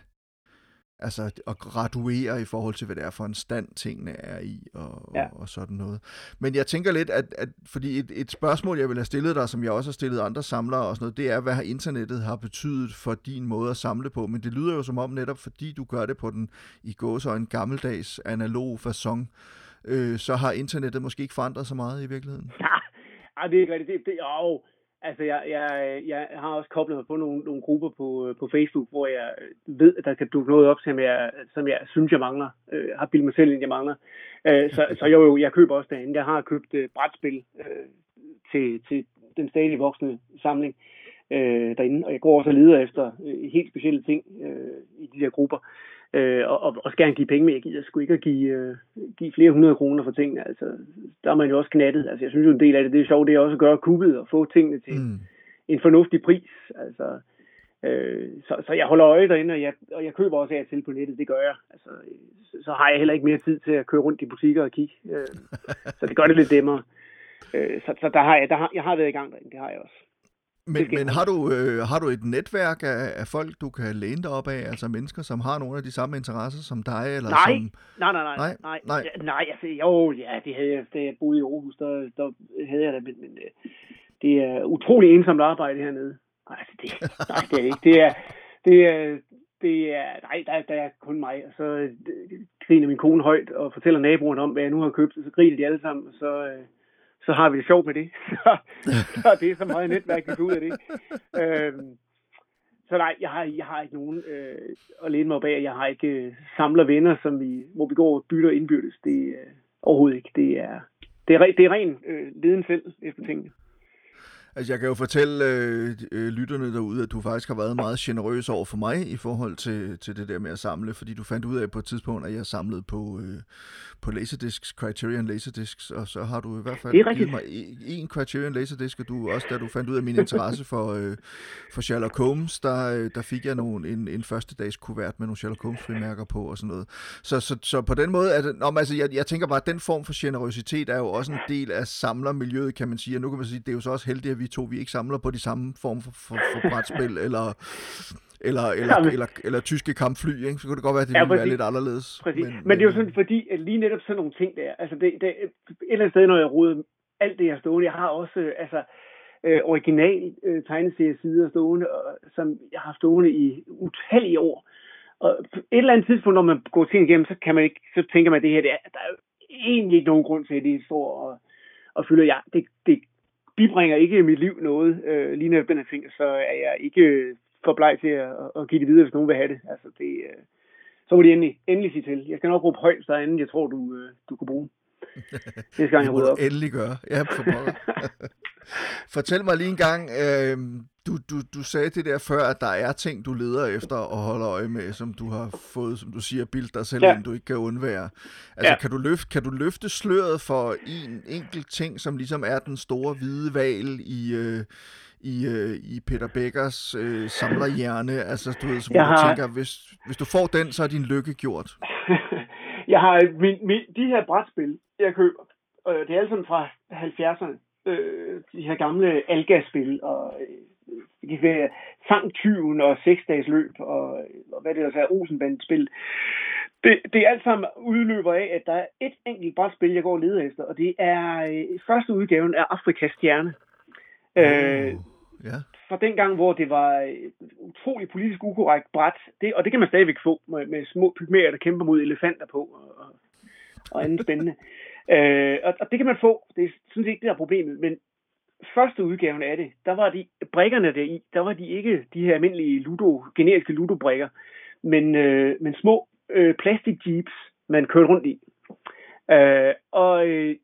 altså at graduere i forhold til, hvad det er for en stand, tingene er i, og, ja. og, og sådan noget. Men jeg tænker lidt, at, at fordi et, et spørgsmål, jeg vil have stillet dig, som jeg også har stillet andre samlere og sådan noget, det er, hvad har internettet har betydet for din måde at samle på? Men det lyder jo som om netop, fordi du gør det på den i gåseøjne gammeldags analog facon, øh, så har internettet måske ikke forandret så meget i virkeligheden? Ja, det er ikke rigtigt. Det, det, åh. Altså, jeg, jeg, jeg har også koblet mig på nogle, nogle grupper på, på Facebook, hvor jeg ved, at der kan dukke noget op, som jeg, som jeg synes, jeg mangler. Øh, har bildet mig selv ind, jeg mangler. Øh, så så jo, jeg køber også derinde. Jeg har købt uh, brætspil øh, til, til den stadig voksne samling øh, derinde, og jeg går også og leder efter øh, helt specielle ting øh, i de der grupper. Øh, og, og også gerne give penge, men jeg gider sgu ikke at give, øh, give flere hundrede kroner for tingene. Altså, der er man jo også knattet. Altså, jeg synes jo, en del af det, det er sjovt, det er også at gøre kuppet og få tingene til mm. en fornuftig pris. Altså, øh, så, så jeg holder øje derinde, og jeg, og jeg køber også af til på nettet. Det gør jeg. Altså, så, så har jeg heller ikke mere tid til at køre rundt i butikker og kigge. Øh, så det gør det lidt demmere. Øh, så så der har jeg, der har, jeg har været i gang derinde, det har jeg også. Men, men har, du, øh, har du et netværk af, af folk, du kan læne dig op af? Altså mennesker, som har nogle af de samme interesser som dig? Eller nej, som... nej, nej, nej, nej, nej, nej, nej, altså, jo, ja, det havde jeg, da jeg boede i Aarhus, der, der havde jeg det, men, men det er utrolig ensomt arbejde hernede. Nej, altså, det, nej, det er ikke, det er, det er, det er, nej, der, der er kun mig, og så griner min kone højt og fortæller naboerne om, hvad jeg nu har købt, og så griner de alle sammen, og så... så har vi det sjovt med det. så, så det er så meget netværk, vi får ud af det. Øhm, så nej, jeg har, jeg har ikke nogen øh, at læne mig op af. Jeg har ikke øh, samler venner, som vi, hvor vi går og bytter indbyrdes. Det er øh, overhovedet ikke. Det er, det er, det er ren øh, leden selv efter tingene. Altså, jeg kan jo fortælle øh, lytterne derude, at du faktisk har været meget generøs over for mig i forhold til, til det der med at samle, fordi du fandt ud af på et tidspunkt, at jeg samlede på, øh, på Laserdiscs, Criterion Laserdiscs, og så har du i hvert fald givet mig en Criterion Laserdisc, og du også, da du fandt ud af min interesse for, øh, for Sherlock Holmes, der, der fik jeg nogle, en, en første dags kuvert med nogle Sherlock Holmes frimærker på og sådan noget. Så, så, så på den måde, er det, nå, altså, jeg, jeg tænker bare, at den form for generøsitet er jo også en del af samlermiljøet, kan man sige, og nu kan man sige, det er jo så også heldigt, at vi to vi ikke samler på de samme form for, for, for brætspil, eller, eller, eller, eller, eller, eller tyske kampfly, ikke? Så kunne det godt være, at det ja, ville være lidt anderledes. Præcis. Men, men det er jo sådan, fordi at lige netop sådan nogle ting der, altså det, det, et eller andet sted, når jeg roder alt det, jeg stående, jeg har også altså, øh, original øh, tegneseriesider stående, og, som jeg har stående i utallige år. Og på et eller andet tidspunkt, når man går ting igennem, så kan man ikke, så tænker man, at det her, det er, der er jo egentlig ikke nogen grund til, at det står og, og fylder, ja, det, det bibringer ikke mit liv noget, øh, lige når den her ting, så er jeg ikke for bleg til at, at give det videre, hvis nogen vil have det. Altså det, øh, så må de endelig, endelig sige til. Jeg skal nok råbe højt, så inden jeg tror, du, øh, du kan bruge. Det skal jeg rydde op. Endelig gøre. Ja, for pokker. Fortæl mig lige en gang, øh, du, du, du sagde det der før, at der er ting, du leder efter og holder øje med, som du har fået, som du siger, bildt dig selv, ja. Ind, du ikke kan undvære. Altså, ja. kan, du løfte, kan du løfte sløret for en enkelt ting, som ligesom er den store hvide val i, øh, i, øh, i Peter Beckers øh, samlerhjerne? Altså, du ved, som du har... tænker, hvis, hvis du får den, så er din lykke gjort. Jeg har min, min, de her brætspil, jeg køber, øh, det er alle sammen fra halvfjerdserne. Øh, de her gamle Alga-spil, og øh, det kan være Fangtyven og Seksdages løb, og, og hvad det også er, Olsenbanden-spil. Det, det er alt sammen udløber af, at der er et enkelt brætspil, jeg går og leder efter, og det er øh, første udgaven af Afrikas Stjerne. Oh, øh, yeah. Fra den gang, hvor det var et utroligt politisk ukorrekt bræt, det, og det kan man stadigvæk få med, med små pygmæer, der kæmper mod elefanter på, og, og, og andet spændende. Øh, og, og det kan man få, det er sådan set ikke det der problemet, men første udgaven af det, der var de brikkerne der i, der var de ikke de her almindelige ludo, generiske ludobrikker, men, øh, men små øh, plastik jeeps, man kørte rundt i. Øh, og øh,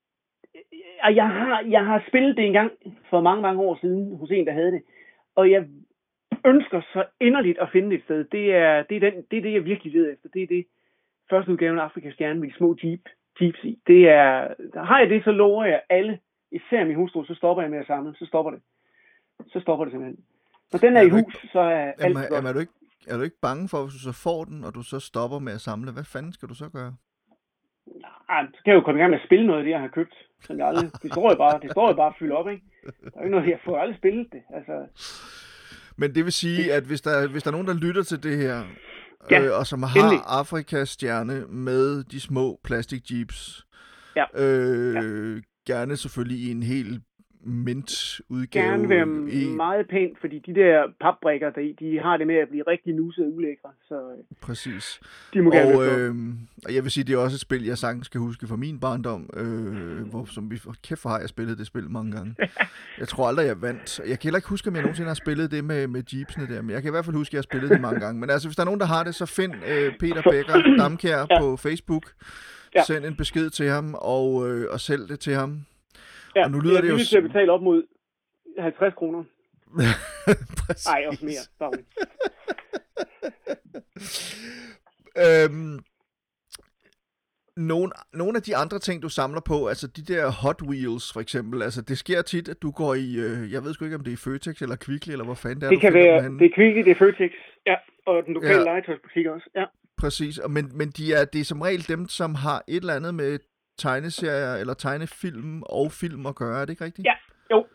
jeg, har, jeg har spillet det en gang for mange, mange år siden hos en, der havde det, og jeg ønsker så inderligt at finde et sted. Det er det, er den, det, er det jeg virkelig leder efter. Det er det første udgaven af Afrikas Stjerne med de små jeep. Jeepsy. Det er, har jeg det, så lover jeg alle, især min hustru, så stopper jeg med at samle, så stopper det. Så stopper det simpelthen. Når den er, er i hus, ikke, så er alt jamen, godt. Er du, ikke, er du ikke bange for, hvis du så får den, og du så stopper med at samle, hvad fanden skal du så gøre? Nej, så kan jeg jo komme i gang med at spille noget af det, jeg har købt. Som jeg aldrig, det står jo bare, det står jo bare at fylde op, ikke? Der er ikke noget, jeg får aldrig spillet det. Altså. Men det vil sige, at hvis der, hvis der er nogen, der lytter til det her, ja, øh, og som har endelig. Afrikas Stjerne med de små plastik jeeps, ja. Øh, ja. gerne selvfølgelig i en helt mint udgave. Gerne være i... meget pænt, fordi de der papbrikker der i, de har det med at blive rigtig nusset og ulækre. Så præcis. De må gerne og, øh, og jeg vil sige, det er også et spil, jeg sagtens skal huske fra min barndom, øh, hvor som vi kæft for har jeg spillet det spil mange gange. Jeg tror aldrig, jeg vandt. Jeg kan heller ikke huske, om jeg nogensinde har spillet det med, med jeepsene der, men jeg kan i hvert fald huske, at jeg har spillet det mange gange. Men altså, hvis der er nogen, der har det, så find øh, Peter Becker Damkjær ja. på Facebook. Ja. Send en besked til ham, og, øh, og sælg det til ham. Ja, og nu lyder jeg er villig til at betale op mod halvtreds kroner. Nej, også mere. Sorry. øhm, nogle, nogle af de andre ting, du samler på, altså de der Hot Wheels for eksempel, altså det sker tit, at du går i, øh, jeg ved sgu ikke, om det er Føtex eller Kvickly, eller hvor fanden det er, det kan være, det er Kvickly, det er Føtex, ja, og den lokale ja. legetøjsbutik også, ja. Præcis, men, men de er, det er som regel dem, som har et eller andet med tegneserier eller tegnefilm og film at gøre, er det ikke rigtigt? Ja, jo,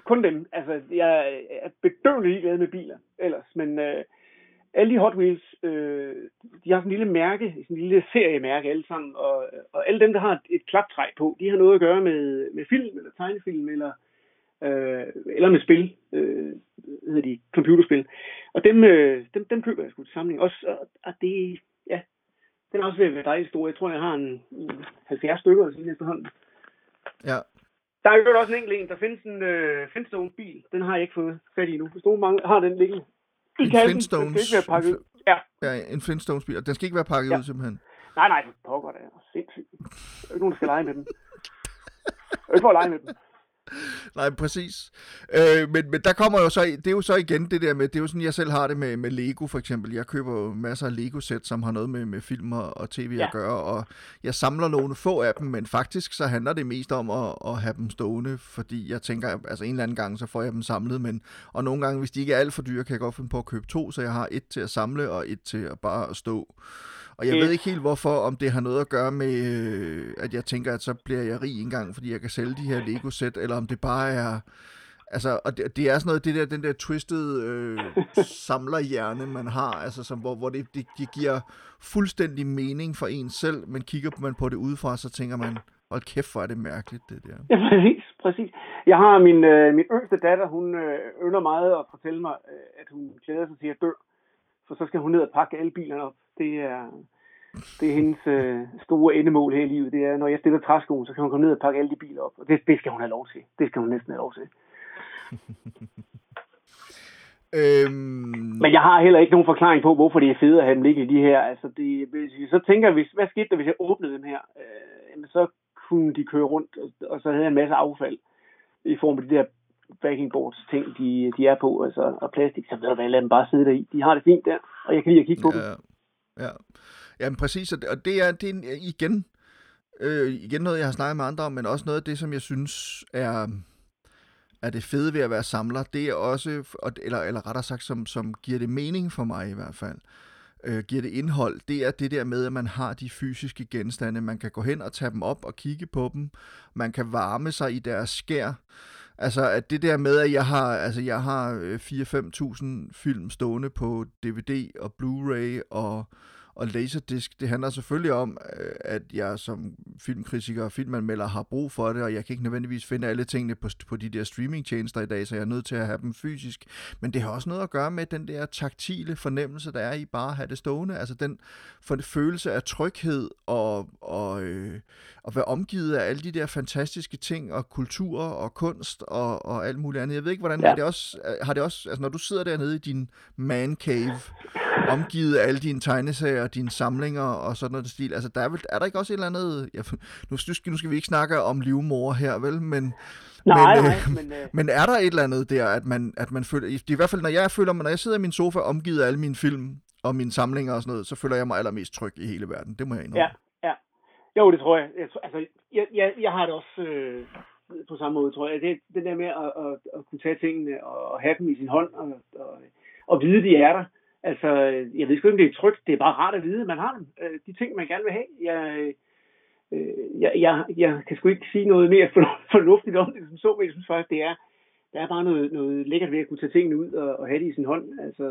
kun dem. Altså, jeg er bedøvende ligeglad med biler ellers, men øh, alle de Hot Wheels, øh, de har sådan en lille mærke, sådan en lille seriemærke alle sammen, og, og alle dem, der har et, et klaptræ på, de har noget at gøre med, med film, eller tegnefilm, eller, øh, eller med spil, øh, hedder de, computerspil. Og dem, øh, dem, dem køber jeg sgu til samling. Også, og, og det, ja, den er også ved at være dejligt stor. Jeg tror, jeg har en halvfjerds stykker siden efterhånden. Ja. Der er jo også en enkelt en. Der findes en øh, Flintstones-bil. Den har jeg ikke fået fat i nu. Hvis nogen mange har den liggende. En Flintstones? Den skal ikke være pakket ud. Ja. Ja, en Flintstones-bil. Og den skal ikke være pakket ja. ud, simpelthen? Nej, nej, det pågår det. Sindssygt. Der er ikke nogen, der skal lege med dem. Jeg er ikke for at lege med dem. Nej, præcis. Øh, men, men der kommer jo så, det er jo så igen det der med, det er jo sådan, jeg selv har det med, med Lego for eksempel. Jeg køber jo masser af Lego-sæt, som har noget med, med film og, og tv ja. at gøre, og jeg samler nogle få af dem, men faktisk så handler det mest om at, at have dem stående, fordi jeg tænker, altså en eller anden gang, så får jeg dem samlet, men, og nogle gange, hvis de ikke er alt for dyre, kan jeg godt finde på at købe to, så jeg har et til at samle, og et til at bare at stå. Og jeg ved ikke helt hvorfor, om det har noget at gøre med, at jeg tænker, at så bliver jeg rig engang, fordi jeg kan sælge de her Lego-sæt, eller om det bare er, altså, og det, det er sådan noget, det der, den der twisted øh, samlerhjerne, man har, altså, som, hvor, hvor det, det, det giver fuldstændig mening for en selv, men kigger man på det udefra, så tænker man, hold kæft, hvor er det mærkeligt, det der. Ja, præcis, præcis. Jeg har min, øh, min yngste datter, hun øh, ynder meget at fortælle mig, øh, at hun glæder sig til at dø, for så skal hun ned og pakke alle bilerne op. Det er, det er hendes øh, store endemål her i livet. Det er, når jeg stiller træskoen, så kan hun komme ned og pakke alle de biler op. Og det, det skal hun have lov til. Det skal hun næsten have lov til. øhm... Men jeg har heller ikke nogen forklaring på, hvorfor det er fedt at have dem liggende i de her. Altså, det, så tænker jeg, hvis, hvad skete der, hvis jeg åbnede dem her? Øh, så kunne de køre rundt, og, og så havde jeg en masse affald i form af de der backing boards ting, de, de er på, altså, og plastik, så ved du hvad, lad dem bare sidde der i. De har det fint der, og jeg kan lide at kigge på ja, dem. Ja, jamen præcis, og det er, det er igen, øh, igen noget, jeg har snakket med andre om, men også noget af det, som jeg synes er, er det fede ved at være samler, det er også, eller, eller rettere sagt, som, som giver det mening for mig i hvert fald, øh, giver det indhold, det er det der med, at man har de fysiske genstande, man kan gå hen og tage dem op og kigge på dem, man kan varme sig i deres skær. Altså, at det der med, at jeg har, altså, jeg har fire til fem tusind film stående på D V D og Blu-ray og, og Laserdisc, det handler selvfølgelig om, at jeg som filmkritiker og filmanmelder har brug for det, og jeg kan ikke nødvendigvis finde alle tingene på, på de der streamingtjenester i dag, så jeg er nødt til at have dem fysisk. Men det har også noget at gøre med den der taktile fornemmelse, der er i bare at have det stående. Altså den for det følelse af tryghed og, og, øh, og være omgivet af alle de der fantastiske ting og kultur og kunst og, og alt muligt andet. Jeg ved ikke, hvordan ja. er det også, har det også, altså når du sidder dernede i din man cave, omgivet af alle dine tegneserier og dine samlinger og sådan noget stil. Altså, der er, vel, er der ikke også et eller andet... Ja, nu, nu skal vi ikke snakke om livmor her, vel? Men, nej, men, nej, øh, men, øh... men er der et eller andet der, at man, at man føler... I, i hvert fald, når jeg føler mig, når jeg sidder i min sofa omgivet af alle mine film og mine samlinger og sådan noget, så føler jeg mig allermest tryg i hele verden. Det må jeg indrømme. Ja, ja. Jo, det tror jeg. jeg tror, altså, jeg, jeg, jeg har det også øh, på samme måde, tror jeg. Det, det der med at, at, at kunne tage tingene og have dem i sin hånd og, og, og vide, de er der. Altså, jeg ved sgu ikke, om det er trygt. Det er bare rart at vide, at man har dem. De ting, man gerne vil have. Jeg, jeg, jeg, jeg kan sgu ikke sige noget mere fornuftigt om det, som så, men jeg synes faktisk, det er, der er bare noget, noget lækkert ved at kunne tage tingene ud og, og have det i sin hånd. Altså,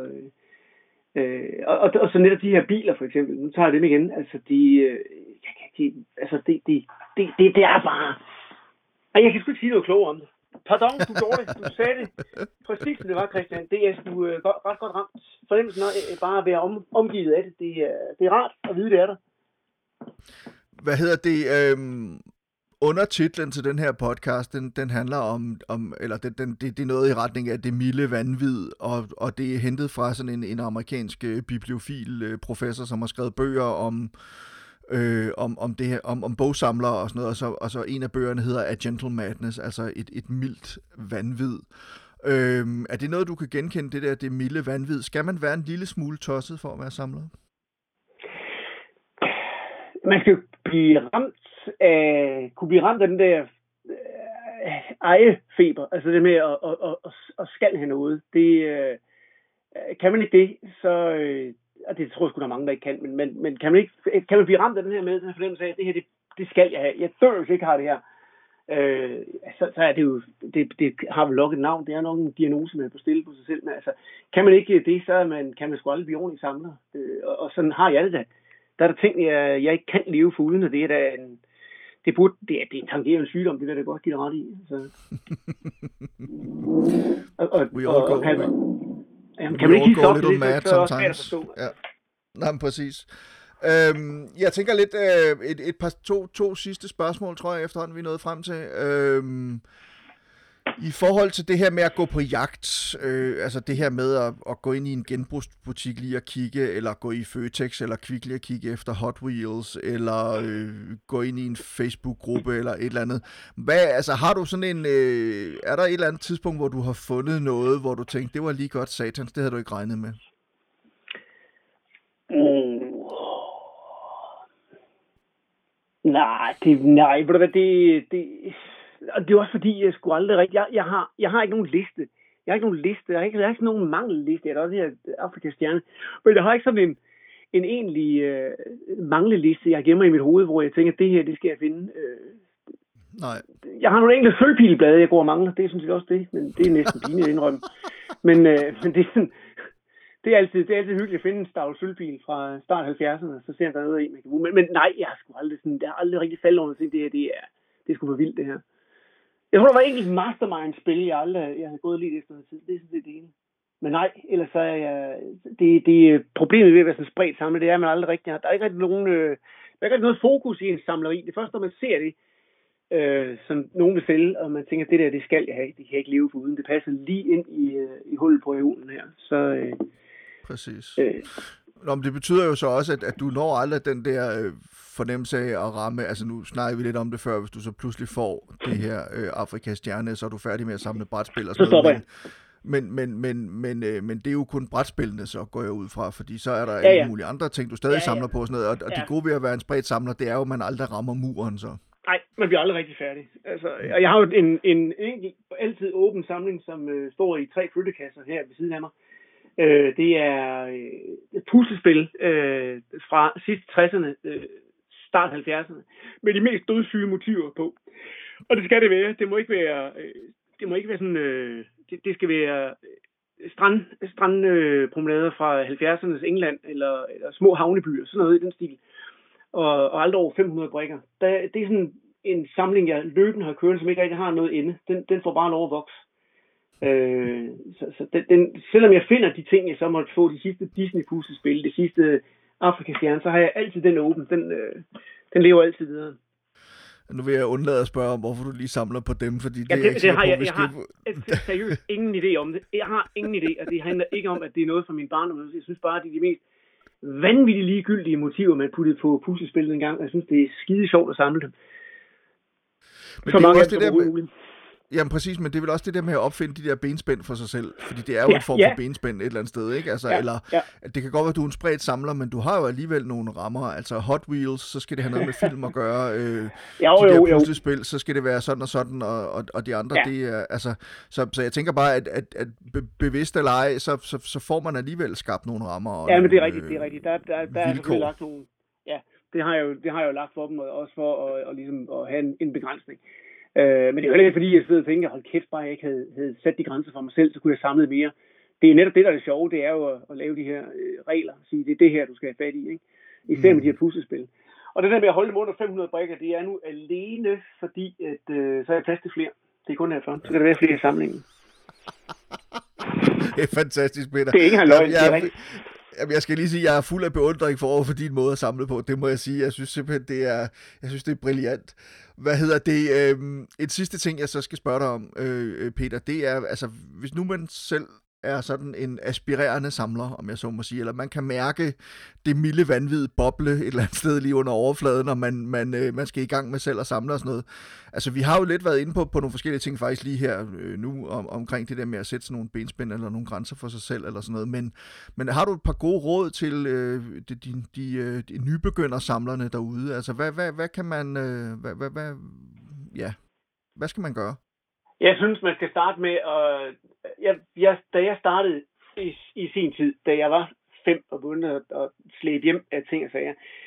øh, og, og, og så netop de her biler, for eksempel. Nu tager jeg dem igen. Altså, de, jeg kan ikke, altså, det, det, det, det, det er bare... Og jeg kan sgu ikke sige noget klogere om det. Pardon, du gjorde det. Du sagde det præcis, som det var, Christian. Det er sgu øh, godt, ret godt ramt. Fornemmelsen af bare at være om, omgivet af det, det er, det er rart at vide, det er der. Hvad hedder det? Øhm, undertitlen til den her podcast, den, den handler om, om eller den, den, det, det er noget i retning af det milde vanvid, og, og det er hentet fra sådan en, en amerikansk bibliofil øh, professor, som har skrevet bøger om Øh, om, om, det her, om, om bogsamlere og sådan noget, og så, og så en af bøgerne hedder A Gentle Madness, altså et, et mildt vanvid. Øh, er det noget, du kan genkende, det der, det milde vanvid? Skal man være en lille smule tosset for at være samler? Man skal blive ramt af, kunne blive ramt af den der øh, ejefeber, altså det med at, at, at, at, at skal have noget. Det, øh, kan man ikke det, så... Øh, og det tror jeg sgu, der er mange, der ikke kan, men, men, men kan, man ikke, kan man blive ramt af den her med, den her fornemmelse af, at det her, det, det skal jeg have. Jeg dør, hvis jeg ikke har det her. øh, så, så er det jo, det, det har vel nok et navn, det er nok en diagnose, man er på stille på sig selv, men altså, kan man ikke det, så er man, kan man sgu aldrig blive ordentlig samler, øh, og, og sådan har jeg det da. Der er der ting, jeg, jeg ikke kan leve for uden, og det er da en, det burde, det er, det er en tangerende sygdom, det vil jeg da godt give dig ret i. Så. og, og, We all og, go, og kan, we, jamen, we kan man ikke all hisse go op a til little det, mad så, så er det også svært at sometimes. forstå. Ja. Nej, men præcis. Øhm, jeg tænker lidt, øh, et, et par, to, to sidste spørgsmål, tror jeg efterhånden, vi er nået frem til. Øhm, I forhold til det her med at gå på jagt, øh, altså det her med at, at gå ind i en genbrugsbutik lige at kigge, eller gå i Føtex eller Kvickly og kigge efter Hot Wheels, eller øh, gå ind i en Facebook-gruppe eller et eller andet. Hvad, altså har du sådan en, øh, er der et eller andet tidspunkt, hvor du har fundet noget, hvor du tænkte, det var lige godt satans, det havde du ikke regnet med? Mm. Nej, det, nej, ved du hvad, det, det, og det er også fordi, jeg skulle aldrig rigtig, jeg, jeg, har, jeg har ikke nogen liste, jeg har ikke nogen liste, jeg har ikke, jeg har ikke nogen mangelliste, jeg har også her Afrikas stjerne, men jeg har ikke sådan en, en egentlig øh, mangleliste, jeg gemmer i mit hoved, hvor jeg tænker, det her, det skal jeg finde. Øh, Nej. Jeg har nogle enkelte sølvpilblade, jeg går og mangler, det er sådan set også det, men det er næsten pinligt at indrømme, men, øh, men det er sådan, Det er, altid, det er altid hyggeligt at finde en stavl sølvpil fra start halvfjerdserne, så ser jeg, der er noget i, man kan bruge. Men, men nej, jeg har sgu aldrig, sådan, det har aldrig rigtig faldet under at sige, det her, det er, det er sgu for vildt, det her. Jeg tror, der var enkelt mastermind-spil, jeg aldrig, jeg havde gået lidt efter noget tid. Det er sådan set det ene. Men nej, ellers så er jeg, det, det problemet ved at være sådan spredt sammen, det er, at man aldrig rigtig har, der er ikke rigtig nogen, øh, der er ikke rigtig noget fokus i en samleri. Det første, når man ser det, øh, som nogen vil sælge, og man tænker, det der, det skal jeg have, det kan jeg ikke leve for uden. Det passer lige ind i, øh, i hullet på reolen her. Så, øh, Præcis. Øh. Nå, men det betyder jo så også, at, at du når aldrig den der øh, fornemmelse af at ramme, altså nu snakker vi lidt om det før, hvis du så pludselig får det her øh, Afrikas stjerne, så er du færdig med at samle brætspil og sådan så noget. Men, men, men, men, øh, men det er jo kun brætspillene, så går jeg ud fra, fordi så er der ja, ja. alle mulige andre ting, du stadig ja, ja. samler på og sådan noget, og, og ja. det gode ved at være en spredt samler, det er jo, at man aldrig rammer muren så. Nej, man bliver aldrig rigtig færdig. Altså, og jeg har jo en, en enkelt, altid åben samling, som øh, står i tre flyttekasser her ved siden af mig. Øh, det er øh, et puslespil øh, fra sidst tresserne, øh, start halvfjerdserne, med de mest dødssyge motiver på. Og det skal det være. Det må ikke være, øh, det må ikke være sådan, øh, det, det skal være strand, strandpromenader øh, fra halvfjerdsernes England, eller, eller små havnebyer, sådan noget i den stil. Og, og aldrig over fem hundrede brikker. Der, det er sådan en samling, jeg løbende har kørt, som ikke rigtig har noget ende. Den, den får bare lov at vokse. Øh, så, så den, den, selvom jeg finder de ting, jeg så måtte få, de sidste Disney-puslespil, det sidste Afrika-stjerne, så har jeg altid den åben. Den, øh, den lever altid videre. Nu vil jeg undlade at spørge om, hvorfor du lige samler på dem, fordi det, ja, det, er ikke det har på, jeg, vi jeg skal... har seriøst ingen idé om det. Jeg har ingen idé, og det handler ikke om, at det er noget fra min barndom. Jeg synes bare, at det er de mest vanvittigt ligegyldige motiver, man puttede på puslespillet en gang. Jeg synes, det er skide sjovt at samle dem. Men så det mange er også det der med... Jamen præcis, men det er vel også det der med at opfinde de der benspænd for sig selv, fordi det er jo ja, en form ja. for benspænd et eller andet sted, ikke? Altså, ja, eller, ja. Det kan godt være, at du er en spredt samler, men du har jo alligevel nogle rammer, altså Hot Wheels, så skal det have noget med film at gøre, øh, jo, de der jo, puslespil, så skal det være sådan og sådan, og, og, og de andre, ja. det er, altså, så, så jeg tænker bare, at, at, at bevidst eller ej, så, så, så får man alligevel skabt nogle rammer. Og ja, men det er nogle, rigtigt, det er rigtigt, der, der, der er selvfølgelig lagt nogle, ja, det har jeg jo, det har jeg jo lagt for dem, også for at, og ligesom, at have en, en begrænsning. Øh, men det er jo ikke fordi, jeg sidder og tænker, hold kæft, bare jeg ikke havde, havde sat de grænser for mig selv, så kunne jeg samle mere. Det er netop det, der er det sjove, det er jo at, at lave de her øh, regler, og sige, det er det her, du skal have fat i, ikke? Især mm. med de her puslespil. Og det der med at holde dem under fem hundrede brikker, det er nu alene, fordi at, øh, så er jeg plads til flere. Det er kun derfor. Så kan der være flere i samlingen. Det er fantastisk, Peter. Det er ikke en løgn, det er rigtigt. Jamen, jeg skal lige sige, at jeg er fuld af beundring for over for din måde at samle på. Det må jeg sige. Jeg synes simpelthen, det er, jeg synes, det er brilliant. Hvad hedder det? Øhm, et sidste ting, jeg så skal spørge dig om, øh, Peter, det er, altså, hvis nu man selv er sådan en aspirerende samler, om jeg så må sige, eller man kan mærke det milde vanvid boble et eller andet sted lige under overfladen, når man, man, øh, man skal i gang med selv at samle og sådan noget. Altså, vi har jo lidt været inde på, på nogle forskellige ting faktisk lige her øh, nu, om, omkring det der med at sætte sådan nogle benspænd eller nogle grænser for sig selv eller sådan noget, men, men har du et par gode råd til øh, de, de, de, de nybegyndersamlerne derude? Altså, hvad, hvad, hvad kan man, øh, hvad, hvad, hvad, ja, hvad skal man gøre? Jeg synes, man skal starte med at... Jeg, jeg, da jeg startede i, i sin tid, da jeg var fem og begyndte at, at slæbe hjem af ting og sager,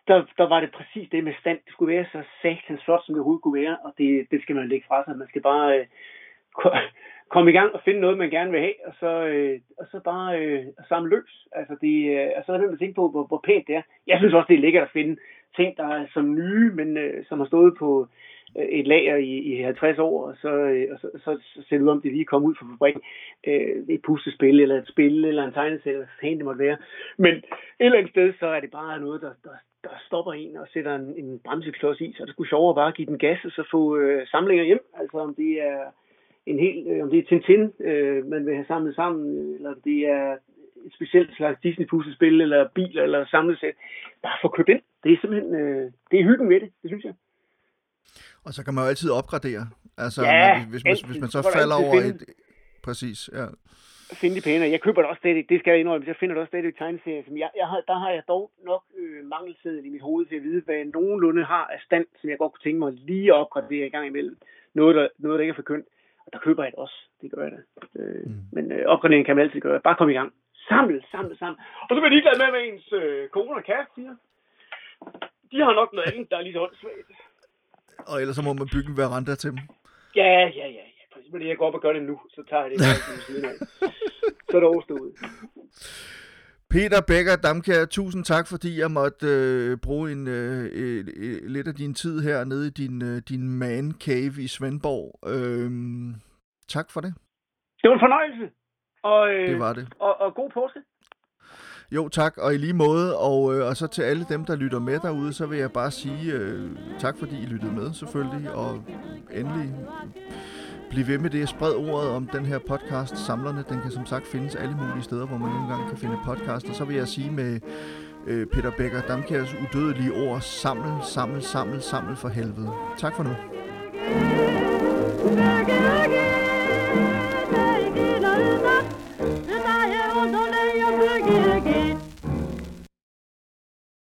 der, der var det præcis det med stand. Det skulle være så satans flot, som det overhovedet kunne være, og det, det skal man lægge fra sig. Man skal bare øh, komme i gang og finde noget, man gerne vil have, og så, øh, og så bare øh, samle løs. Altså det, øh, og så er det, man tænker på, hvor, hvor pænt det er. Jeg synes også, det er lækkert at finde ting, der er som nye, men øh, som har stået på øh, et lager i, i halvtreds år, og så, øh, og så, så, så ser det ud om, det lige kommer ud fra fabrikken. Øh, et puslespil, eller et spil, eller en tegneserie, eller hvad det måtte være. Men et eller andet sted, så er det bare noget, der, der, der stopper en og sætter en, en bremseklods i, så det skulle sjovere bare at give den gas, og så få øh, samlinger hjem. Altså om det er en hel, øh, om det er Tintin, øh, man vil have samlet sammen, eller om det er et specielt slags Disney-puslespil, eller biler, eller samlesæt. Bare få købt ind. Det er simpelthen, øh, det er hyggen ved det, det synes jeg. Og så kan man jo altid opgradere. Altså, ja, man, hvis, man, hvis man så falder over et... Præcis, ja. Finde de pæne. Jeg køber det også stadig, det skal jeg indrømme, jeg finder det også stadig tegneserier. Som jeg, jeg har, der har jeg dog nok øh, mangelseddel i mit hoved til at vide, hvad nogenlunde har af stand, som jeg godt kunne tænke mig lige at opgradere i gang imellem. Noget, der, noget, der ikke er for kønt. Og der køber jeg det også. Det gør jeg da. Øh, mm. Men øh, opgradering kan man altid gøre. Bare kom i gang. Samle, samle, samle. Og så bliver de glad med, hvad ens øh, kone og kæreste siger. De har nok noget andet, der er lige så åndssvagt. Og ellers så må man bygge en veranda til dem. Ja, ja, ja. ja. Men jeg går op og gør det nu, så tager jeg det bare siden af. Så er det overstået. Peter Becker Damkjær, tusind tak, fordi jeg måtte øh, bruge en, øh, øh, lidt af din tid her nede i din, øh, din man cave i Svendborg. Øh, tak for det. Det var en fornøjelse. Og, øh, det var det. Og, og god påske. Jo, tak, og i lige måde, og, øh, og så til alle dem, der lytter med derude, så vil jeg bare sige øh, tak, fordi I lyttede med, selvfølgelig, og endelig bliv ved med det. Spred ordet om den her podcast, Samlerne. Den kan som sagt findes alle mulige steder, hvor man nogle gange kan finde podcast, og så vil jeg sige med øh, Peter Becker Damkjærs udødelige ord, samle, samle, samle, samle for helvede. Tak for nu.